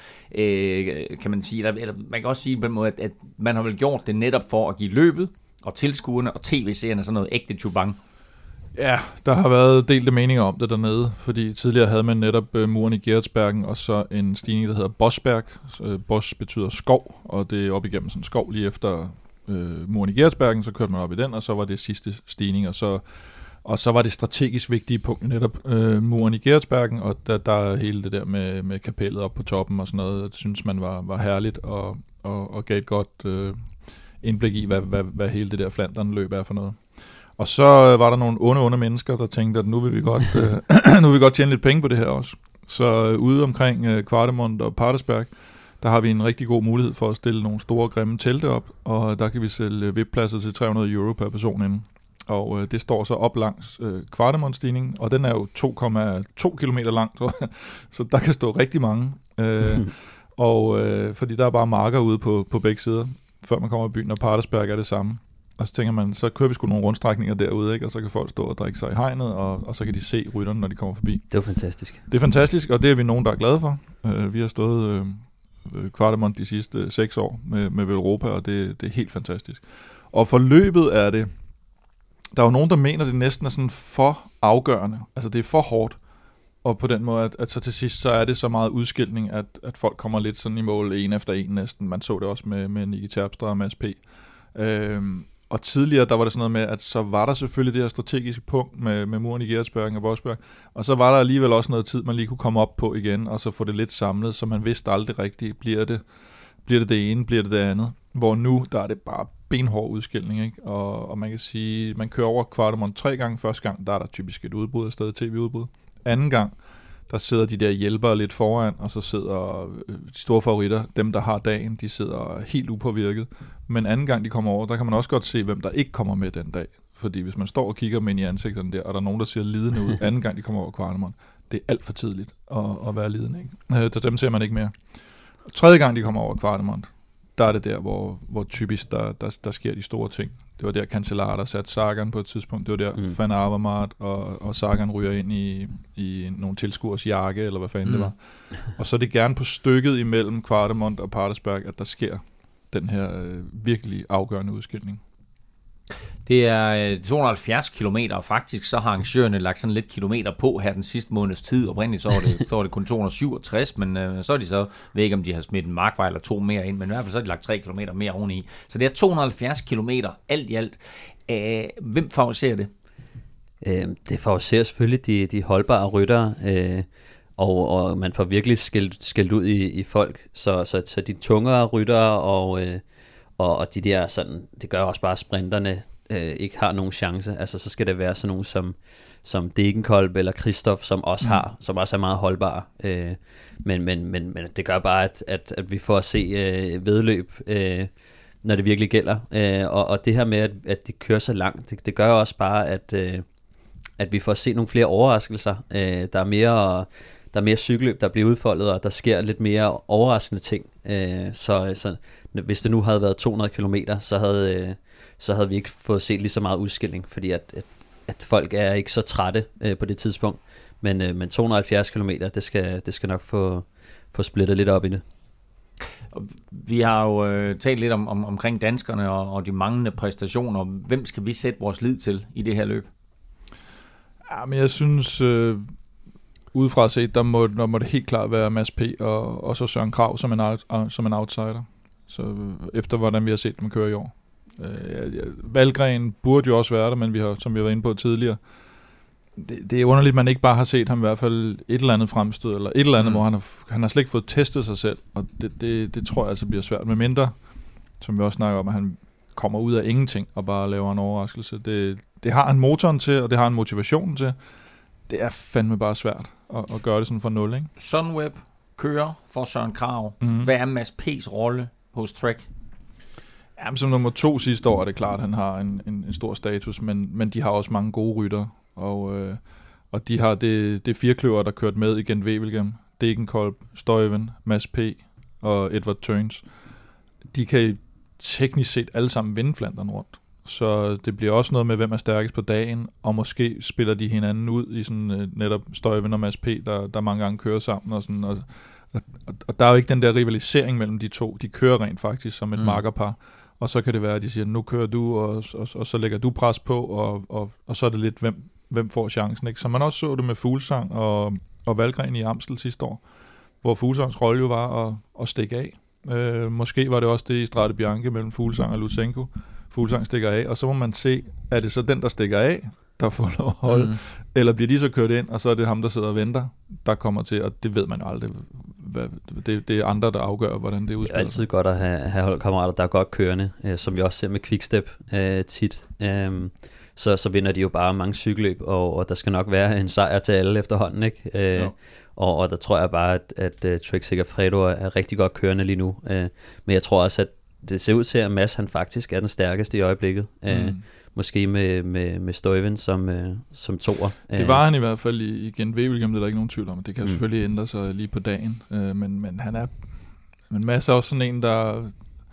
øh, kan man sige, eller, eller man kan også sige på den måde, at, at man har vel gjort det netop for at give løbet og tilskuerne og tv-seerne sådan noget ægte chubang. Ja, der har været delte meninger om det dernede, fordi tidligere havde man netop uh, muren i Gerardsbergen, og så en stigning, der hedder Bosberg. Uh, Bos betyder skov, og det er op igennem sådan en skov lige efter uh, muren i Gerardsbergen, så kørte man op i den, og så var det sidste stigning, og så, og så var det strategisk vigtige punkt netop uh, muren i Gerardsbergen, og der, der er hele det der med, med kapellet op på toppen og sådan noget, det synes man var, var herligt, og, og, og gav et godt uh, indblik i, hvad, hvad, hvad hele det der Flandern løb er for noget. Og så var der nogle onde, onde mennesker, der tænkte, at nu vil vi godt, øh, nu vil vi godt tjene lidt penge på det her også. Så øh, ude omkring øh, Kvartemont og Patersberg, der har vi en rigtig god mulighed for at stille nogle store, grimme telte op, og der kan vi sælge V I P-pladser til tre hundrede euro per person inden. Og øh, det står så op langs øh, Kvartemont-stigningen, og den er jo to komma to kilometer lang, så der kan stå rigtig mange. Øh, og øh, fordi der er bare marker ude på, på begge sider, før man kommer i byen, og Patersberg er det samme. Og så tænker man, så kører vi sgu nogle rundstrækninger derude, ikke? Og så kan folk stå og drikke sig i hegnet, og, og så kan de se rytterne, når de kommer forbi. Det er fantastisk. Det er fantastisk, og det er vi nogen, der er glade for. Uh, vi har stået uh, Kvartemont de sidste seks år med, med Velropa, og det, det er helt fantastisk. Og for løbet er det, der er jo nogen, der mener, det næsten er sådan for afgørende. Altså det er for hårdt. Og på den måde, at, at så til sidst, så er det så meget udskilning, at, at folk kommer lidt sådan i mål en efter en næsten. Man så det også med, med Niki Terpstra og Mads P. Uh, Og tidligere, der var det sådan noget med, at så var der selvfølgelig det her strategiske punkt med, med muren i Gerardsbergen og Bosberg, og så var der alligevel også noget tid, man lige kunne komme op på igen, og så få det lidt samlet, så man vidste aldrig rigtigt, bliver det bliver det, det ene, bliver det det andet. Hvor nu, der er det bare benhård udskilning, ikke? Og, og man kan sige, man kører over Kvartemont tre gange. Første gang, der er der typisk et udbrud af stedet, tv-udbrud. Anden gang, der sidder de der hjælpere lidt foran, og så sidder de store favoritter, dem der har dagen, de sidder helt upåvirket. Men anden gang de kommer over, der kan man også godt se, hvem der ikke kommer med den dag. Fordi hvis man står og kigger med ind i ansigterne der, og der er nogen, der ser lidende ud, anden gang de kommer over Kvarnemont, det er alt for tidligt at, at være lidende. Ikke? Så dem ser man ikke mere. Og tredje gang de kommer over Kvarnemont, der er det der, hvor, hvor typisk der, der, der sker de store ting. Det var der Cancellara, der satte Sagan på et tidspunkt. Det var der mm. Van Avermaet og, og Sagan ryger ind i, i nogle tilskuers jakke, eller hvad fanden mm. det var. Og så er det gerne på stykket imellem Kvarnemont og Patersberg, at der sker den her øh, virkelig afgørende udskilning. Det er to hundrede og halvfjerds kilometer, og faktisk så har arrangørerne lagt sådan lidt kilometer på her den sidste måneds tid. Oprindeligt så var det, så var det kun to hundrede og syvogtres, men øh, så er de så, ved ikke om de har smidt en markvej eller to mere ind, men i hvert fald så har de lagt tre kilometer mere oveni. Så det er to hundrede og halvfjerds kilometer alt i alt. Æh, hvem favoriserer det? Øh, det favoriserer selvfølgelig de, de holdbare ryttere, øh, og, og man får virkelig skældt, skældt ud i, i folk. Så, så, så de tungere ryttere og, øh, og, og de der sådan, det gør også bare sprinterne, ikke har nogen chance. Altså så skal det være sådan nogen som som Degenkolb eller Kristoff, som også har, mm. som også er meget holdbare. Øh, men, men, men, men det gør bare at, at, at vi får at se øh, vedløb, øh, når det virkelig gælder. Øh, og, og det her med at, at de kører så langt, det, det gør også bare at øh, at vi får at se nogle flere overraskelser. Øh, der er mere der er mere cykelløb, der bliver udfoldet, og der sker lidt mere overraskende ting. Øh, så, så hvis det nu havde været to hundrede kilometer, så havde øh, så havde vi ikke fået set lige så meget udskilling, fordi at, at, at folk er ikke så trætte øh, på det tidspunkt. Men, øh, men to hundrede og halvfjerds kilometer, det skal, det skal nok få, få splittet lidt op i det. Vi har jo øh, talt lidt om, om, omkring danskerne og, og de manglende præstationer. Hvem skal vi sætte vores lid til i det her løb? Ja, men jeg synes, øh, udefra set, der må, der må det helt klart være Mads P. og, og så Søren Kragh som en, som en outsider. Så efter hvordan vi har set dem køre i år. Øh, ja, Valgren burde jo også være der, men vi har, som vi har været inde på tidligere, det, det er underligt, at man ikke bare har set ham i hvert fald et eller andet fremstød, eller et eller andet, mm. hvor han har, han har slet ikke fået testet sig selv, og det, det, det tror jeg altså bliver svært, med mindre, som vi også snakker om, at han kommer ud af ingenting og bare laver en overraskelse. Det, det har han motoren til, og det har han motivationen til. Det er fandme bare svært at, at gøre det sådan fra nul, ikke? Sunweb kører for Søren Kragh. Mm. Hvad er Mads P's rolle hos Trek? Jamen, som nummer to sidste år er det klart, at han har en, en, en stor status, men, men de har også mange gode ryttere, og, øh, og de har det, det firekløver, der kørt med igen Wevelgem, Degenkolb, Stuyven, Mads P. og Edvard Tøns. De kan teknisk set alle sammen vinde Flandern rundt, så det bliver også noget med, hvem er stærkest på dagen, og måske spiller de hinanden ud i sådan øh, netop Stuyven og Mads P., der, der mange gange kører sammen, og sådan, og, og, og der er jo ikke den der rivalisering mellem de to. De kører rent faktisk som et mm. makkerpar. Og så kan det være, at de siger, nu kører du, og, og, og så lægger du pres på, og, og, og så er det lidt, hvem, hvem får chancen. Ikke? Så man også så det med Fuglsang og, og Valgren i Amstel sidste år, hvor Fuglsangs rolle jo var at, at stikke af. Øh, måske var det også det i Strade Bianche mellem Fuglsang og Lutsenko. Fuglsang stikker af, og så må man se, er det så den, der stikker af, der får lov at holde, mm. eller bliver de så kørt ind, og så er det ham, der sidder og venter, der kommer til, og det ved man aldrig. Hvad, det, det er andre, der afgør, hvordan det udspiller. Det er altid godt at have, have holdkammerater, der er godt kørende, øh, som vi også ser med Quickstep øh, tit. Øh, så, så vinder de jo bare mange cykelløb, og, og der skal nok være en sejr til alle efterhånden, ikke? Øh, og, og der tror jeg bare, at, at uh, Trek Segafredo er, er rigtig godt kørende lige nu. Øh, men jeg tror også, at det ser ud til, at Mads han faktisk er den stærkeste i øjeblikket. Mm. Øh, måske med, med, med Stuyven som, øh, som toer. Det var han i hvert fald i, i Gent Wevelgem, det er der ikke nogen tvivl om. Det kan mm. selvfølgelig ændre sig lige på dagen. Øh, men, men han er... Men Mads er også sådan en, der...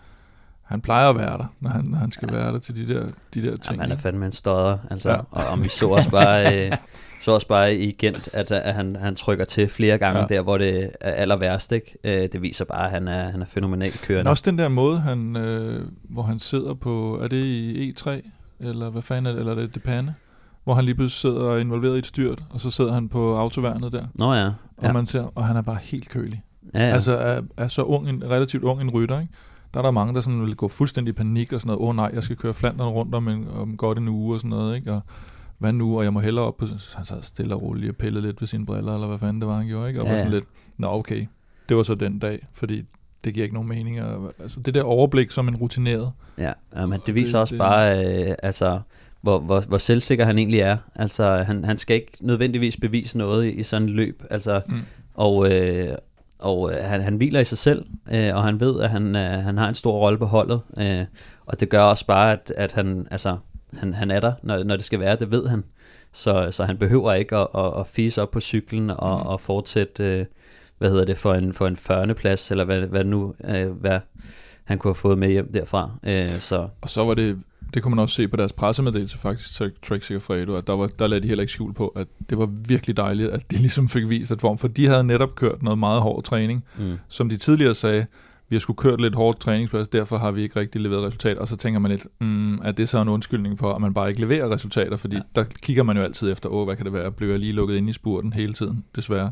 Han plejer at være der, når han, når han skal ja. være der til de der, de der ting. Jamen, han er fandme en stodder, altså. Ja. Og, og vi så også bare... Øh, så også bare i Gent, at, at han, han trykker til flere gange ja. der, hvor det er aller værst, ikke? Øh, det viser bare, at han er, han er fænomenalt kørende. Men også den der måde, han, øh, hvor han sidder på... Er det i E tre? Eller hvad fanden er det? Eller er det Depane? Hvor han lige pludselig sidder involveret i et styrt, og så sidder han på autoværnet der. Nå ja. Og, ja. man ser, og han er bare helt kølig. Ja, ja. Altså er, er så ung, en, relativt ung en rytter, ikke? Der er der mange, der sådan vil gå fuldstændig i panik og sådan noget. Åh oh, nej, jeg skal køre Flandern rundt om, en, om godt en uge og sådan noget, ikke? Og hvad nu? Og jeg må hellere op på... Han sad stille og roligt og pillede lidt ved sine briller, eller hvad fanden det var, han gjorde, ikke? Og ja, var sådan lidt, nå okay, det var så den dag, fordi det giver ikke nogen mening. Og, altså det der overblik som en rutineret. Ja, men det viser det, også det, bare, øh, altså hvor, hvor, hvor selvsikker han egentlig er. Altså, han, han skal ikke nødvendigvis bevise noget i, i sådan et løb. Altså, mm. Og, øh, og øh, han, han hviler i sig selv, øh, og han ved, at han, øh, han har en stor rolle på holdet. Øh, og det gør også bare, at, at han, altså, han, han er der, når, når det skal være. Det ved han. Så, så han behøver ikke at, at, at fise op på cyklen og, mm. og fortsætte, øh, hvad hedder det, for en, for en førende plads, eller hvad, hvad nu, øh, hvad han kunne have fået med hjem derfra. Øh, så. Og så var det, det kunne man også se på deres pressemeddelelse faktisk, Trek Segafredo, at der, var, der lagde de heller ikke skjul på, at det var virkelig dejligt, at de ligesom fik vist et form, for de havde netop kørt noget meget hård træning, mm. som de tidligere sagde, vi har sgu kørt lidt hårdt træningsplads, derfor har vi ikke rigtig leveret resultater, og så tænker man lidt, mm, er det så en undskyldning for, at man bare ikke leverer resultater, fordi ja. Der kigger man jo altid efter, åh, hvad kan det være, bliver jeg lige lukket ind i spurten hele tiden, desværre.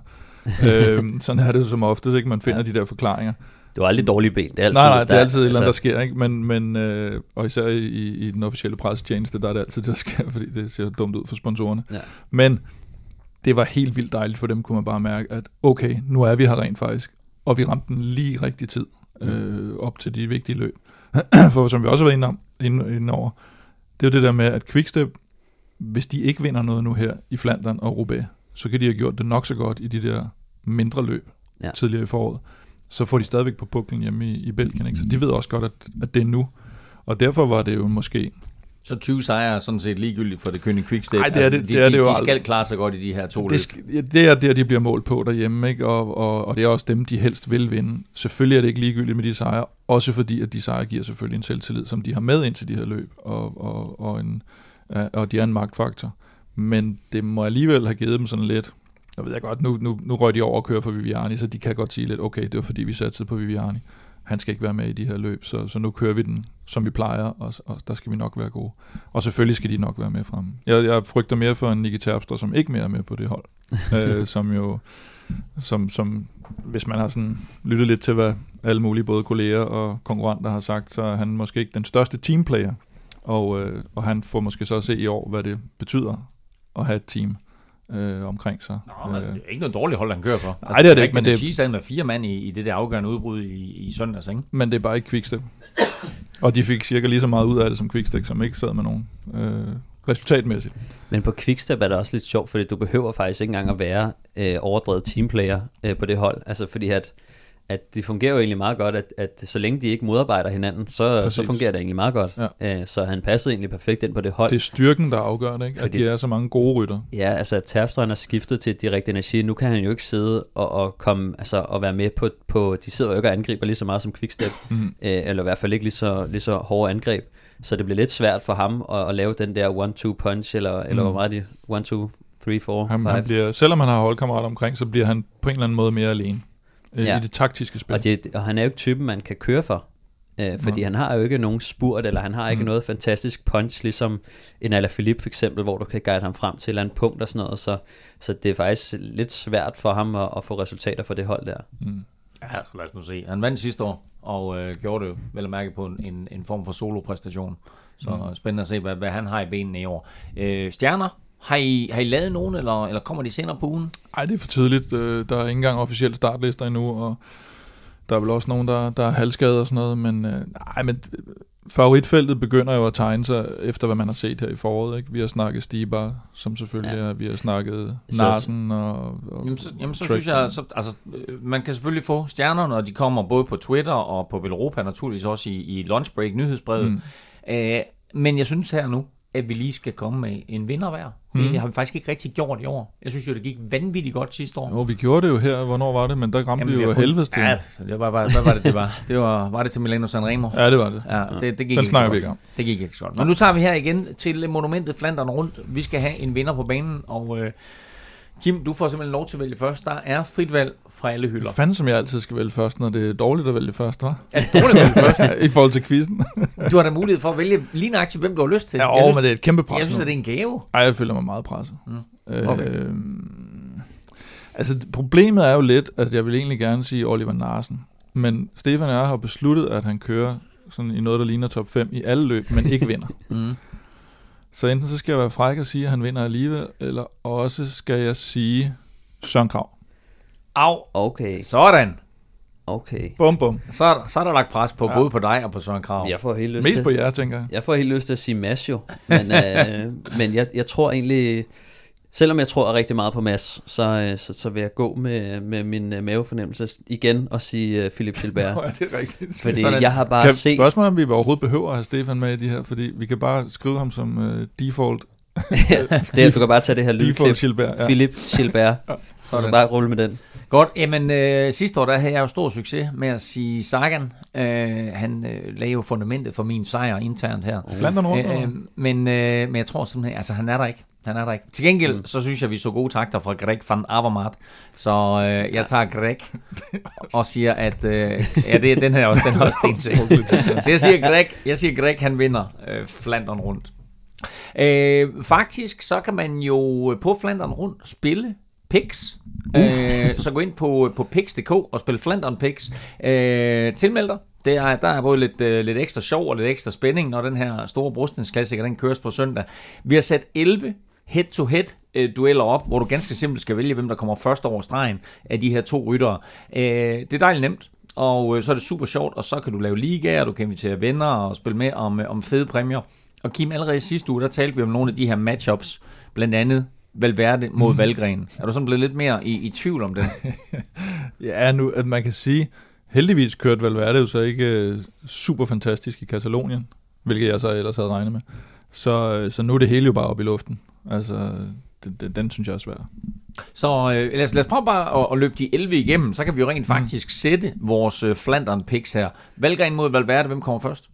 øhm, sådan er det som oftest, ikke? Man finder ja. De der forklaringer. Det var aldrig dårlige ben. Det er altid, nej, nej, det er altid der, et eller andet, der sker, ikke? Men, men øh, og især i, i den officielle pressetjeneste, der er det altid det, der sker, fordi det ser dumt ud for sponsorerne. Ja. Men det var helt vildt dejligt for dem, kunne man bare mærke, at okay, nu er vi her rent faktisk, og vi ramte den lige rigtig tid øh, op til de vigtige løb. For som vi også har været inde, om, inde, inde over, det er jo det der med, at Quickstep, hvis de ikke vinder noget nu her i Flandern og Roubaix, så kan de have gjort det nok så godt i de der mindre løb ja. Tidligere i foråret. Så får de stadigvæk på puklen hjemme i, i Belgien, ikke? Så de ved også godt, at, at det er nu. Og derfor var det jo måske... Så tyve sejre er sådan set ligegyldigt for det kønne Quickstep. Nej, det er det, altså, det, er de, det jo de, de aldrig. skal klare sig godt i de her to det løb. Ja, det er der, de bliver målt på derhjemme, ikke? Og, og, og det er også dem, de helst vil vinde. Selvfølgelig er det ikke ligegyldigt med de sejre, også fordi, at de sejre giver selvfølgelig en selvtillid, som de har med ind til de her løb, og, og, og, en, og de er en magtfaktor. Men det må alligevel have givet dem sådan lidt... Jeg ved jeg godt, nu, nu, nu røg de over og kører for Viviani, så de kan godt sige lidt, okay, det var fordi, vi satte på Viviani. Han skal ikke være med i de her løb, så, så nu kører vi den, som vi plejer, og, og der skal vi nok være gode. Og selvfølgelig skal de nok være med fremme. Jeg, jeg frygter mere for en Nicky Terpstra, som ikke mere er med på det hold. øh, som jo, som, som, hvis man har sådan lyttet lidt til, hvad alle mulige, både kolleger og konkurrenter har sagt, så er han måske ikke den største teamplayer. Og, øh, og han får måske så at se i år, hvad det betyder at have et team øh, omkring sig. Nå, men altså, det er ikke noget dårligt hold, han kører for. Altså, Nej, det er det ikke, men det er... Skisad med fire mand i, i det der afgørende udbrud i, i søndags, ikke? Men det er bare ikke Quickstep. Og de fik cirka lige så meget ud af det som Quickstep, som ikke sad med nogen øh, resultatmæssigt. Men på Quickstep er det også lidt sjovt, fordi du behøver faktisk ikke engang at være øh, overdrevet teamplayer øh, på det hold. Altså fordi at at det fungerer jo egentlig meget godt, at, at så længe de ikke modarbejder hinanden, så, så fungerer det egentlig meget godt. Ja. Så han passede egentlig perfekt ind på det hold. Det er styrken, der afgør det, ikke? Fordi, at de er så mange gode rytter. Ja, altså at Terpstra er skiftet til direkte energi. Nu kan han jo ikke sidde og, og komme, altså og være med på, på, de sidder jo ikke og angriber lige så meget som Quickstep, mm. øh, eller i hvert fald ikke lige så, lige så hårde angreb. Så det bliver lidt svært for ham at, at lave den der one-two punch, eller, mm. eller hvor meget de one-two, three, four, han, five. Han bliver, selvom han har holdkammerater omkring, så bliver han på en eller anden måde mere alene. Ja. I det taktiske spil. Og, det, og han er jo ikke typen, man kan køre for. Øh, fordi ja. han har jo ikke nogen spurt, eller han har ikke mm. noget fantastisk punch, ligesom en Alaphilippe for eksempel, hvor du kan guide ham frem til et eller andet punkt og sådan noget. Så, så det er faktisk lidt svært for ham at, at få resultater for det hold der. Mm. Ja, så lad os nu se. Han vandt sidste år, og øh, gjorde det vel at mærke på en, en form for solo-præstation. Så mm. spændende at se, hvad, hvad han har i benene i år. Øh, stjerner? Har I, har I lavet nogen, eller, eller kommer de senere på ugen? Nej, det er for tidligt. Der er ikke engang officielle startlister endnu, og der er vel også nogen, der, der er halvskadet og sådan noget, men, nej, men favoritfeltet begynder jo at tegne sig efter, hvad man har set her i foråret. Ikke? Vi har snakket Stibar, som selvfølgelig ja. er, vi har snakket Narsen og, og Jamen så, jamen, så synes jeg, så, altså, man kan selvfølgelig få stjernerne, og de kommer både på Twitter og på Velropa, naturligvis også i, i Lunchbreak, nyhedsbrevet. Mm. Æh, men jeg synes her nu, at vi lige skal komme med en vinder hver. Det mm. har vi faktisk ikke rigtig gjort i år. Jeg synes jo, det gik vanvittigt godt sidste år. Jo, vi gjorde det jo her. Hvornår var det? Men der ramte Jamen, vi jo helvedes til. Ja, det var, hvad var det, det var? Det var, var det til Milano Sanremo? Ja, det var det. Ja, det, det gik Den snakker vi ikke om. Det gik ikke så godt. Men nu tager vi her igen til monumentet Flandern rundt. Vi skal have en vinder på banen, og øh, Kim, du får simpelthen lov til at vælge først. Der er frit valg fra alle hylder. Fanden som jeg altid skal vælge først, når det er dårligt at vælge først, hva'? Er det dårligt at vælge først? I forhold til quizzen. Du har da mulighed for at vælge lige nøjagtigt, hvem du har lyst til. Ja, åh, men det er et kæmpe pres. Jeg synes, at det er en gave. Ej, jeg føler mig meget presset. Mm. Okay. Øh, altså, problemet er jo lidt, at jeg vil egentlig gerne sige Oliver Narsen. Men Stefan og jeg har besluttet, at han kører sådan i noget, der ligner top fem i alle løb, men ikke vinder. mm. Så enten så skal jeg være fræk og sige, at han vinder alligevel, eller også skal jeg sige Søren Kragh. Au. Okay. Sådan. Okay. Bum, bum. Så er, der, så er der lagt pres på, ja. både på dig og på Søren Kragh. Jeg får helt lyst Mest til, på jer, tænker jeg. Jeg får helt lyst til at sige Mads jo, men, øh, men jeg, jeg tror egentlig, selvom jeg tror rigtig meget på Mads, så, så, så vil jeg gå med, med min uh, mavefornemmelse igen og sige uh, Philip Gilbert. Nå, ja, det er rigtigt. Fordi jeg har bare kan, set... Spørgsmålet om vi overhovedet behøver at have Stefan med i de her, fordi vi kan bare skrive ham som uh, default. det, du kan bare tage det her lydklip. Gilbert, ja. Philip Gilbert. Ja. Og så bare rulle med den. Godt, jamen øh, sidste år der havde jeg jo stor succes med at sige Sagan. Øh, han øh, lagde jo fundamentet for min sejr internt her. Flandern rundt, øh, men, øh, men jeg tror simpelthen, altså han er der ikke. Han er der ikke. Til gengæld, mm. så synes jeg, vi så gode takter fra Greg van Avermaet. Så øh, jeg tager Greg og siger, at øh, ja, det er den her også, den her stensikker. Så jeg siger Greg, jeg siger Greg, han vinder øh, Flandern rundt. Øh, faktisk, så kan man jo på Flandern rundt spille picks. Øh, så gå ind på, på picks punktum d k og spille Flandern picks. Øh, tilmeld dig. Det er, der er både lidt, øh, lidt ekstra sjov og lidt ekstra spænding, når den her store brustningsklassiker, den køres på søndag. Vi har sat elleve head-to-head øh, dueller op, hvor du ganske simpelt skal vælge, hvem der kommer først over stregen af de her to ryttere. Øh, det er dejligt nemt, og øh, så er det super sjovt, og så kan du lave ligaer, du kan invitere venner og spille med om, øh, om fede præmier. Og Kim, allerede i sidste uge, der talte vi om nogle af de her matchups, blandt andet Valverde mod Valgren. Er du sådan blevet lidt mere i, i tvivl om det? Ja, nu at man kan sige, heldigvis kørte Valverde jo så ikke uh, super fantastisk i Katalonien, hvilket jeg så ellers havde regnet med. Så, så nu er det hele jo bare op i luften. Altså, den, den, den synes jeg er svær. Så øh, lad, os, lad os prøve bare at, at løbe de elleve igennem, så kan vi jo rent faktisk mm. sætte vores øh, Flandern picks her. Valgren mod Valverde, hvem kommer først?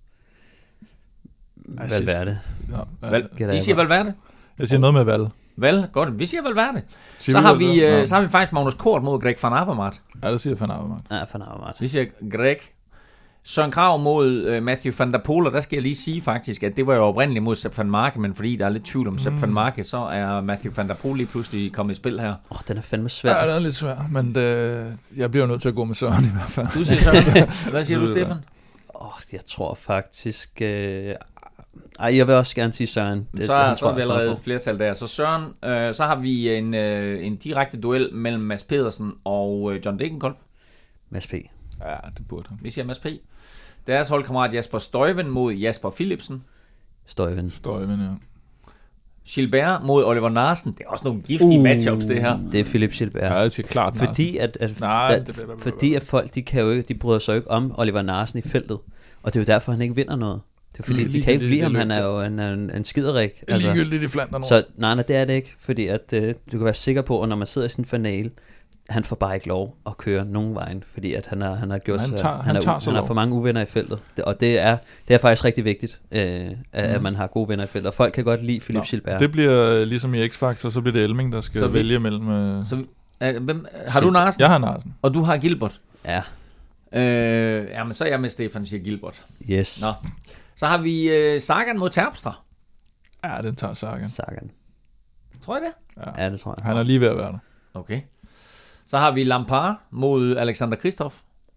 Valverde. Ja, Val, I siger Valverde? Jeg siger noget med Val. Val, godt. Vi siger Valverde. Så har, vi, øh, ja. så har vi faktisk Magnus Kort mod Greg van Avermaet. Ja, det siger van Avermaet. Ja, van Avermaet. Vi siger Greg. Søren Kragh mod øh, Mathieu van der Poel, og der skal jeg lige sige faktisk, at det var jo oprindeligt mod Sepp van Marke, men fordi der er lidt tvivl om mm. Sepp van Marke, så er Mathieu van der Poel lige pludselig kommet i spil her. Åh, oh, den er fandme svær. Ja, den er lidt svær, men det, jeg bliver nødt til at gå med Søren i hvert fald. Du siger Søren. Hvad siger du, Stefan? Åh, oh, jeg tror faktisk... Øh... Ej, jeg vil også gerne sige Søren. Det, så det, så er vi allerede flertal der. Så Søren, øh, så har vi en, øh, en direkte duel mellem Mads Pedersen og øh, John Degenkolb. Mads P. Ja, det burde han. Vi siger Mads P. Deres holdkammerat Jasper Stuyven mod Jasper Philipsen. Stuyven. Stuyven, ja. Gilbert mod Oliver Narsen. Det er også nogle giftige uh, matchups, det her. Det er Philip Gilbert. Ja, det er klart Narsen. Fordi at, at, Nej, da, det, det, det, det, fordi at folk, de, kan jo ikke, de bryder sig jo ikke om Oliver Narsen i feltet. Og det er jo derfor, han ikke vinder noget. Det er fordi, de kan ikke lide ham, han er jo en, en, en skiderik. Altså. Ligegyldigt i Flandern. Så nej, nej, det er det ikke. Fordi at, øh, du kan være sikker på, at når man sidder i sin finale, han får bare ikke lov at køre nogen vejen, fordi at han har, han har gjort han tager, sig, han, han, er, han har for mange uvenner i feltet. Det, og det er, det er faktisk rigtig vigtigt, øh, at, mm. at man har gode venner i feltet. Og folk kan godt lide Philip Nå, Gilbert. Det bliver ligesom i X-Factor, så bliver det Elming, der skal så vi, vælge mellem... Øh... Så vi, øh, hvem, har du Narsen? Jeg har Narsen. Og du har Gilbert? Ja. Øh, jamen, så er jeg med Stefan, siger Gilbert. Yes. Nå. Så har vi øh, Sagan mod Terpstra. Ja, den tager Sagan. Sagan. Tror jeg det? Ja, ja det tror jeg. Han er lige ved at være der. Okay. Så har vi Lampard mod Alexander Kristoff.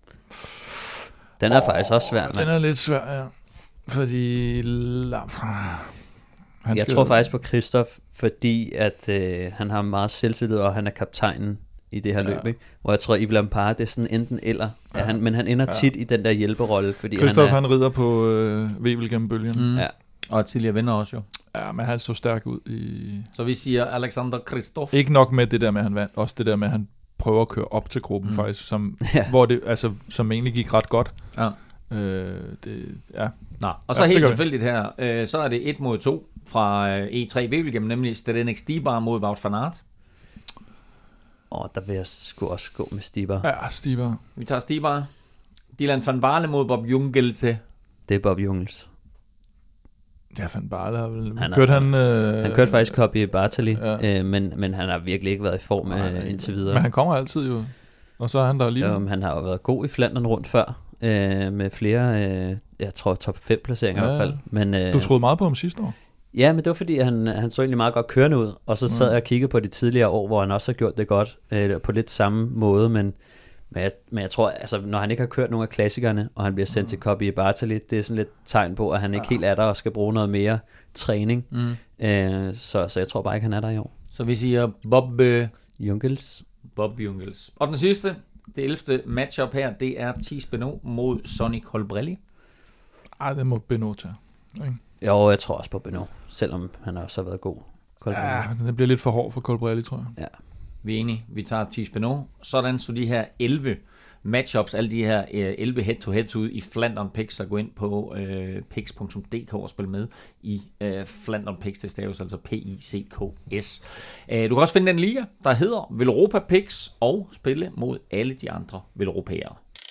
Den er oh, faktisk også svær. Den er lidt svær, ja. Fordi Lampard... Jeg skal... tror faktisk på Kristoff, fordi at øh, han har meget selvtillid, og han er kaptajnen i det her ja. løb, ikke? Hvor jeg tror, Yves Lampard, det er sådan enten eller. Ja. Ja, han, men han ender ja. tit i den der hjælperolle, fordi Kristoff, han, han rider på øh, Webel gennem bølgen. Mm. Ja. Og tidligere vinder også jo. Ja, men han så stærk ud i... Så vi siger Alexander Kristoff. Ikke nok med det der med, at han vandt. Også det der med, at han prøver at køre op til gruppen, mm. faktisk. Som, ja. hvor det, altså, som egentlig gik ret godt. Ja. Øh, det, ja. Nå, og så ja, helt tilfældigt her. Øh, så er det et mod to fra øh, E tre Webel gennem, nemlig Zdeněk Stybar mod Wout van Aert. Åh, der vil jeg sgu også gå med Stybar. Ja, Stybar. Vi tager Stybar. Dylan van Baarle mod Bob Jungels. Det er Bob Jungels. Ja, Van Baarle har vel... Han, kørte altså, han, øh, han kørte faktisk Copy Bartali, ja. øh, men, men han har virkelig ikke været i form øh, indtil videre. Men han kommer altid jo. Og så er han der lige. Jo, han har jo været god i Flandern rundt før, øh, med flere, øh, jeg tror top fem placeringer ja. i hvert fald. Men, øh, du troede meget på ham sidste år? Ja, men det var fordi, han, han så egentlig meget godt kørende ud, og så sad jeg og kiggede på de tidligere år, hvor han også har gjort det godt, øh, på lidt samme måde, men, men, jeg, men jeg tror, altså, når han ikke har kørt nogle af klassikerne, og han bliver sendt mm. til Copy Bartali, det er sådan lidt tegn på, at han ikke ja. helt er der, og skal bruge noget mere træning, mm. øh, så, så jeg tror bare ikke, han er der i år. Så vi siger Bob øh... Jungels. Bob Jungels. Og den sidste, Det ellevte matchup her, det er Thies Benoit mod Sonny Colbrelli. Ej, det må Benoit tage. Ikke? Jo, jeg tror også på Benoit, selvom han også har været god. Colbrelli. Ja, det bliver lidt for hård for Colbrelli, tror jeg. Ja. Vi er enige. Vi tager Thies Benoit. Sådan så de her elleve matchups, alle de her elleve head-to-heads ud i Flandern Picks, så gå ind på øh, picks punktum d k og spille med i øh, Flandern Picks, det staves altså P I C K S. Øh, du kan også finde den liga, der hedder Velropa Picks, og spille mod alle de andre velropæere.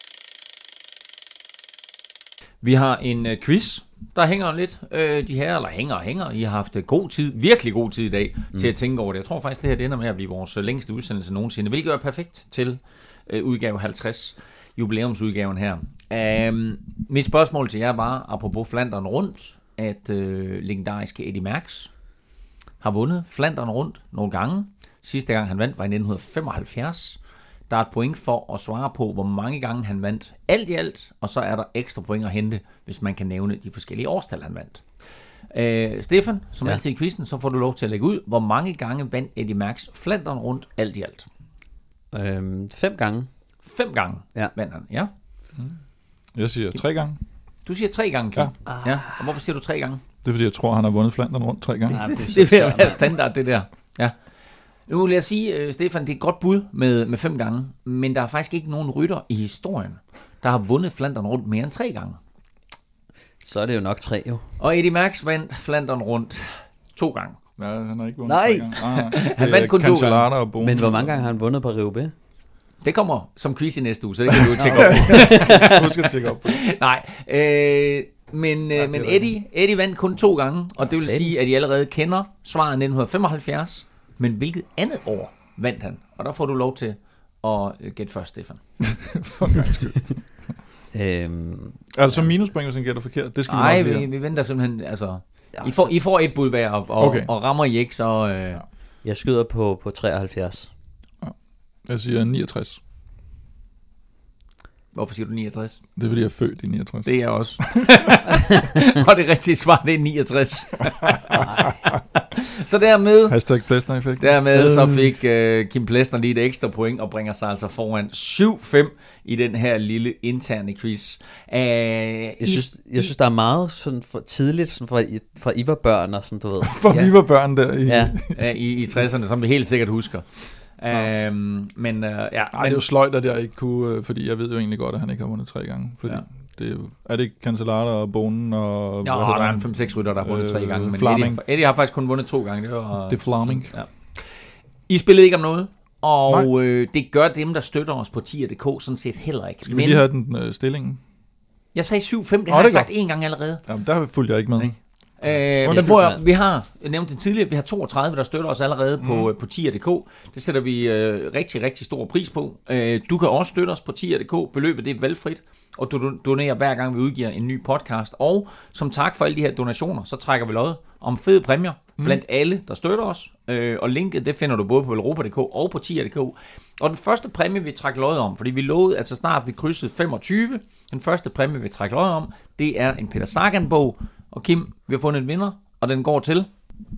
Vi har en øh, quiz, der hænger lidt, øh, de her, eller hænger og hænger. I har haft god tid, virkelig god tid i dag, mm. til at tænke over det. Jeg tror faktisk, det her det ender med at blive vores længste udsendelse nogensinde, hvilket er perfekt til øh, udgave halvtreds, jubilæumsudgaven her. Um, mit spørgsmål til jer var, apropos Flandern rundt, at øh, legendariske Eddie Merckx har vundet Flandern rundt nogle gange. Sidste gang han vandt var i nitten femoghalvfjerds. Der er et point for at svare på, hvor mange gange han vandt alt i alt, og så er der ekstra point at hente, hvis man kan nævne de forskellige årstal, han vandt. Øh, Stefan, som ja. altid i quizzen, så får du lov til at lægge ud, hvor mange gange vandt Eddie Merckx Flandern rundt alt i alt? Øhm, fem gange. Fem gange ja. vandt han, ja. Mm. Jeg siger tre gange. Du siger tre gange, Kim. Ja. ja. Og hvorfor siger du tre gange? Det er, fordi jeg tror, han har vundet Flandern rundt tre gange. Ja, det, det vil være standard, det der. Ja. Nu vil jeg sige, Stefan, det er et godt bud med, med fem gange, men der er faktisk ikke nogen rytter i historien, der har vundet Flandern rundt mere end tre gange. Så er det jo nok tre, jo. Og Eddie Merckx vandt Flandern rundt to gange. Ja, han har ikke vundet Nej. tre gange. Ah, han vandt kun to gange. Men hvor mange gange har han vundet Paris-Roubaix? Det kommer som quiz i næste uge, så det kan du jo tjekke op på. Du skal tjekke op på. Nej, øh, men, øh, men Eddie, Eddie vandt kun to gange, og det vil sige, at I allerede kender svaret nitten femoghalvfjerds. Men hvilket andet år vandt han? Og der får du lov til at gætte først, Stefan. For en gang skyld. øhm, altså minuspoint, hvis han gætter forkert. Det skal Nej, vi nok vi, vi venter simpelthen. Altså, I, får, I får et bud hver, og, okay. og rammer I ikke, så... Øh... Jeg skyder på, på treoghalvfjerds. Ja. Jeg siger niogtres. Hvorfor siger du niogtres? Det er, fordi jeg er født i niogtres. Det er jeg også. Og det rigtige svar, det er niogtres. Så dermed... Hashtag Plesner-effekt. Dermed så fik uh, Kim Plesner lige et ekstra point, og bringer sig altså foran syv fem i den her lille interne quiz. Uh, jeg, synes, jeg synes, der er meget sådan for tidligt, sådan fra, fra I var børn og sådan, du ved. For ja. vi var børn der i... Ja, ja i, i tresserne, som vi helt sikkert husker. Ja. Øhm, men uh, ja, Ej, men, det er jo sløjt, at jeg ikke kunne, fordi jeg ved jo egentlig godt, at han ikke har vundet tre gange. Fordi ja. det er, jo, er det ikke Cancellara og Bonen og... Ja, der er en fem seks rytter, der har vundet øh, tre gange. Men Eddie, Eddie har faktisk kun vundet to gange. Det var... Det er Flaming. Ja. I spillede ikke om noget, og øh, det gør dem, der støtter os på tier punktum d k sådan set heller ikke. Skal vi lige have den øh, stillingen? Jeg sagde syv fem, det oh, har jeg sagt en gang allerede. Jamen, der fulgte jeg ikke med. Øh, men prøv at, vi har, jeg nævnte det tidligere, vi har toogtredive, der støtter os allerede mm. på, på tier punktum d k. Det sætter vi øh, rigtig, rigtig stor pris på. Øh, du kan også støtte os på tier punktum d k. Beløbet det er valgfrit, og du donerer hver gang, vi udgiver en ny podcast. Og som tak for alle de her donationer, så trækker vi lod om fede præmier mm. blandt alle, der støtter os. Øh, og linket, det finder du både på velropa punktum d k og på tier punktum d k. Og den første præmie, vi trækker lod om, fordi vi lovede, at så snart vi krydsede femogtyve, den første præmie, vi trækker lod om, det er en Peter Sagan-bog. Og Kim, vi har fundet en vinder, og den går til...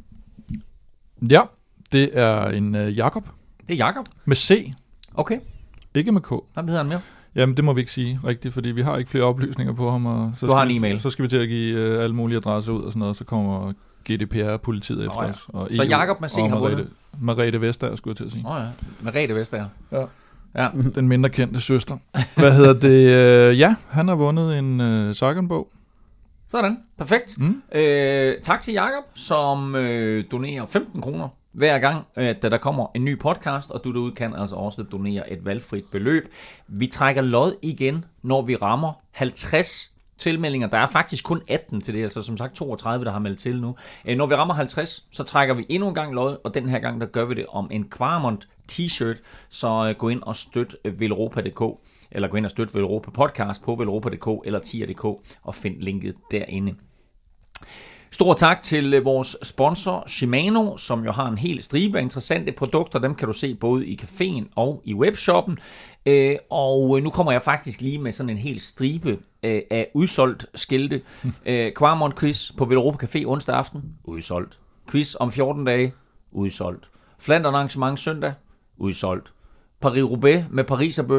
Ja, det er en uh, Jakob. Det er Jakob. Med C. Okay. Ikke med K. Hvad hedder han mere? Jamen, det må vi ikke sige rigtigt, fordi vi har ikke flere oplysninger på ham. Og så du har en vi, e-mail. Så skal vi til at give uh, alle mulige adresser ud og sådan noget, så kommer G D P R-politiet efter oh, ja. os. Og så Jakob med C har vundet? Marete Vestager, skulle jeg til at sige. Åh oh, ja, Marete Vestager. Ja. Ja. Den mindre kendte søster. Hvad hedder det? Uh, ja, han har vundet en uh, Sagan-bog. Sådan, perfekt. Mm. Øh, tak til Jakob, som øh, donerer femten kroner hver gang, at der kommer en ny podcast, og du derude kan altså også donere et valgfrit beløb. Vi trækker lod igen, når vi rammer halvtreds tilmeldinger. Der er faktisk kun atten til det, altså som sagt toogtredive, der har meldt til nu. Øh, når vi rammer halvtreds, så trækker vi endnu en gang lod, og den her gang, der gør vi det om en Kvarmont t-shirt, så øh, gå ind og støt velropa punktum d k, eller gå ind og støt Velropa podcast på velropa punktum d k eller tier punktum d k og find linket derinde. Stor tak til vores sponsor Shimano, som jo har en hel stribe af interessante produkter. Dem kan du se både i caféen og i webshoppen. Og nu kommer jeg faktisk lige med sådan en hel stribe af udsolgt skilte. Kvarmont quiz på Velropa Café onsdag aften. Udsolgt. Quiz om fjorten dage. Udsolgt. Flandern arrangement søndag. Udsolgt. Paris-Roubaix med Paris og Bøf.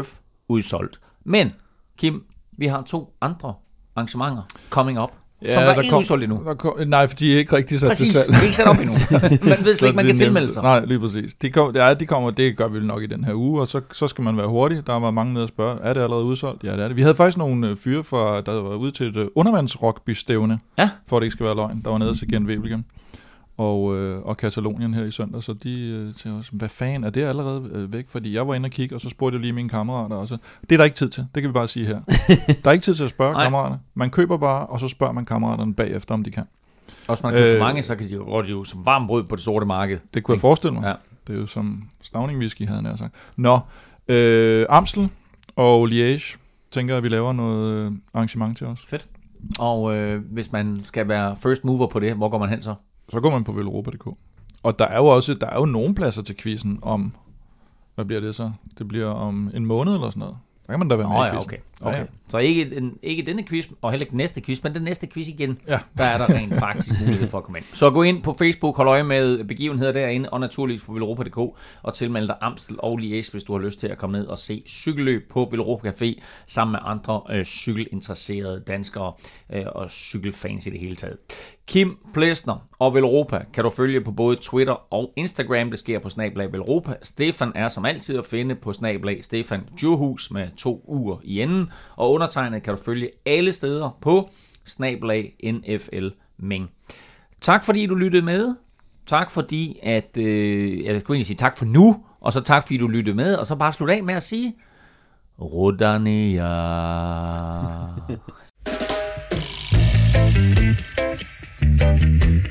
udsolgt. Men, Kim, vi har to andre arrangementer coming up, ja, som der, der er ikke udsolgt endnu. Der kom, nej, for de er ikke rigtig sat Præcis, til salg. Præcis, ikke sat op endnu. Man ved slet ikke, man kan tilmelde sig. Nej, lige præcis. De, kom, ja, de kommer, det gør vi nok i den her uge, og så, så skal man være hurtig. Der var mange nede at spørge, er det allerede udsolgt? Ja, det er det. Vi havde faktisk nogle fyre, fra, der var ude til et undervandsrockbystævne, ja. for at det ikke skal være løgn. Der var nede til Gent Wevelgem og, øh, og Katalonien her i søndag, så de øh, til os, hvad fanden, er det allerede øh, væk? Fordi jeg var inde og kigge, og så spurgte jeg lige mine kammerater også. Det er der ikke tid til, det kan vi bare sige her. Der er ikke tid til at spørge kammerater. Man køber bare, og så spørger man kammeraterne bagefter, om de kan. Og hvis man har købt øh, for mange, så kan de jo gå jo som varm brød på det sorte marked. Det kunne jeg forestille mig. Ja. Det er jo som Stauning whisky, havde jeg sagt. Nå, øh, Amstel og Liège, tænker jeg, at vi laver noget arrangement til os. Fedt. Og øh, hvis man skal være first mover på det, hvor går man hen så? Så går man på velropa punktum d k. Og der er jo også der er jo nogle pladser til quizzen om, hvad bliver det så? Det bliver om en måned eller sådan noget. Der kan man da være med Nå, i ja, quizzen. okay. okay. Ja, ja. Så ikke, en, ikke denne quiz, og heller ikke den næste quiz, men den næste quiz igen, ja. Der er der rent faktisk mulighed for at komme ind. Så gå ind på Facebook, hold øje med begivenheder derinde, og naturligvis på velropa punktum d k, og tilmeld dig Amstel og Liège, hvis du har lyst til at komme ned og se cykelløb på Velropa Café, sammen med andre øh, cykelinteresserede danskere øh, og cykelfans i det hele taget. Kim Plesner og Velropa kan du følge på både Twitter og Instagram. Det sker på snabel-a Velropa. Stefan er som altid at finde på snabel-a Stefan Djurhus med to uger i enden. Og undertegnet kan du følge alle steder på snabel-a N F L Ming. Tak fordi du lyttede med. Tak fordi at... Øh, jeg skulle egentlig sige tak for nu. Og så tak fordi du lyttede med. Og så bare slutte af med at sige... Rodania. Thank you.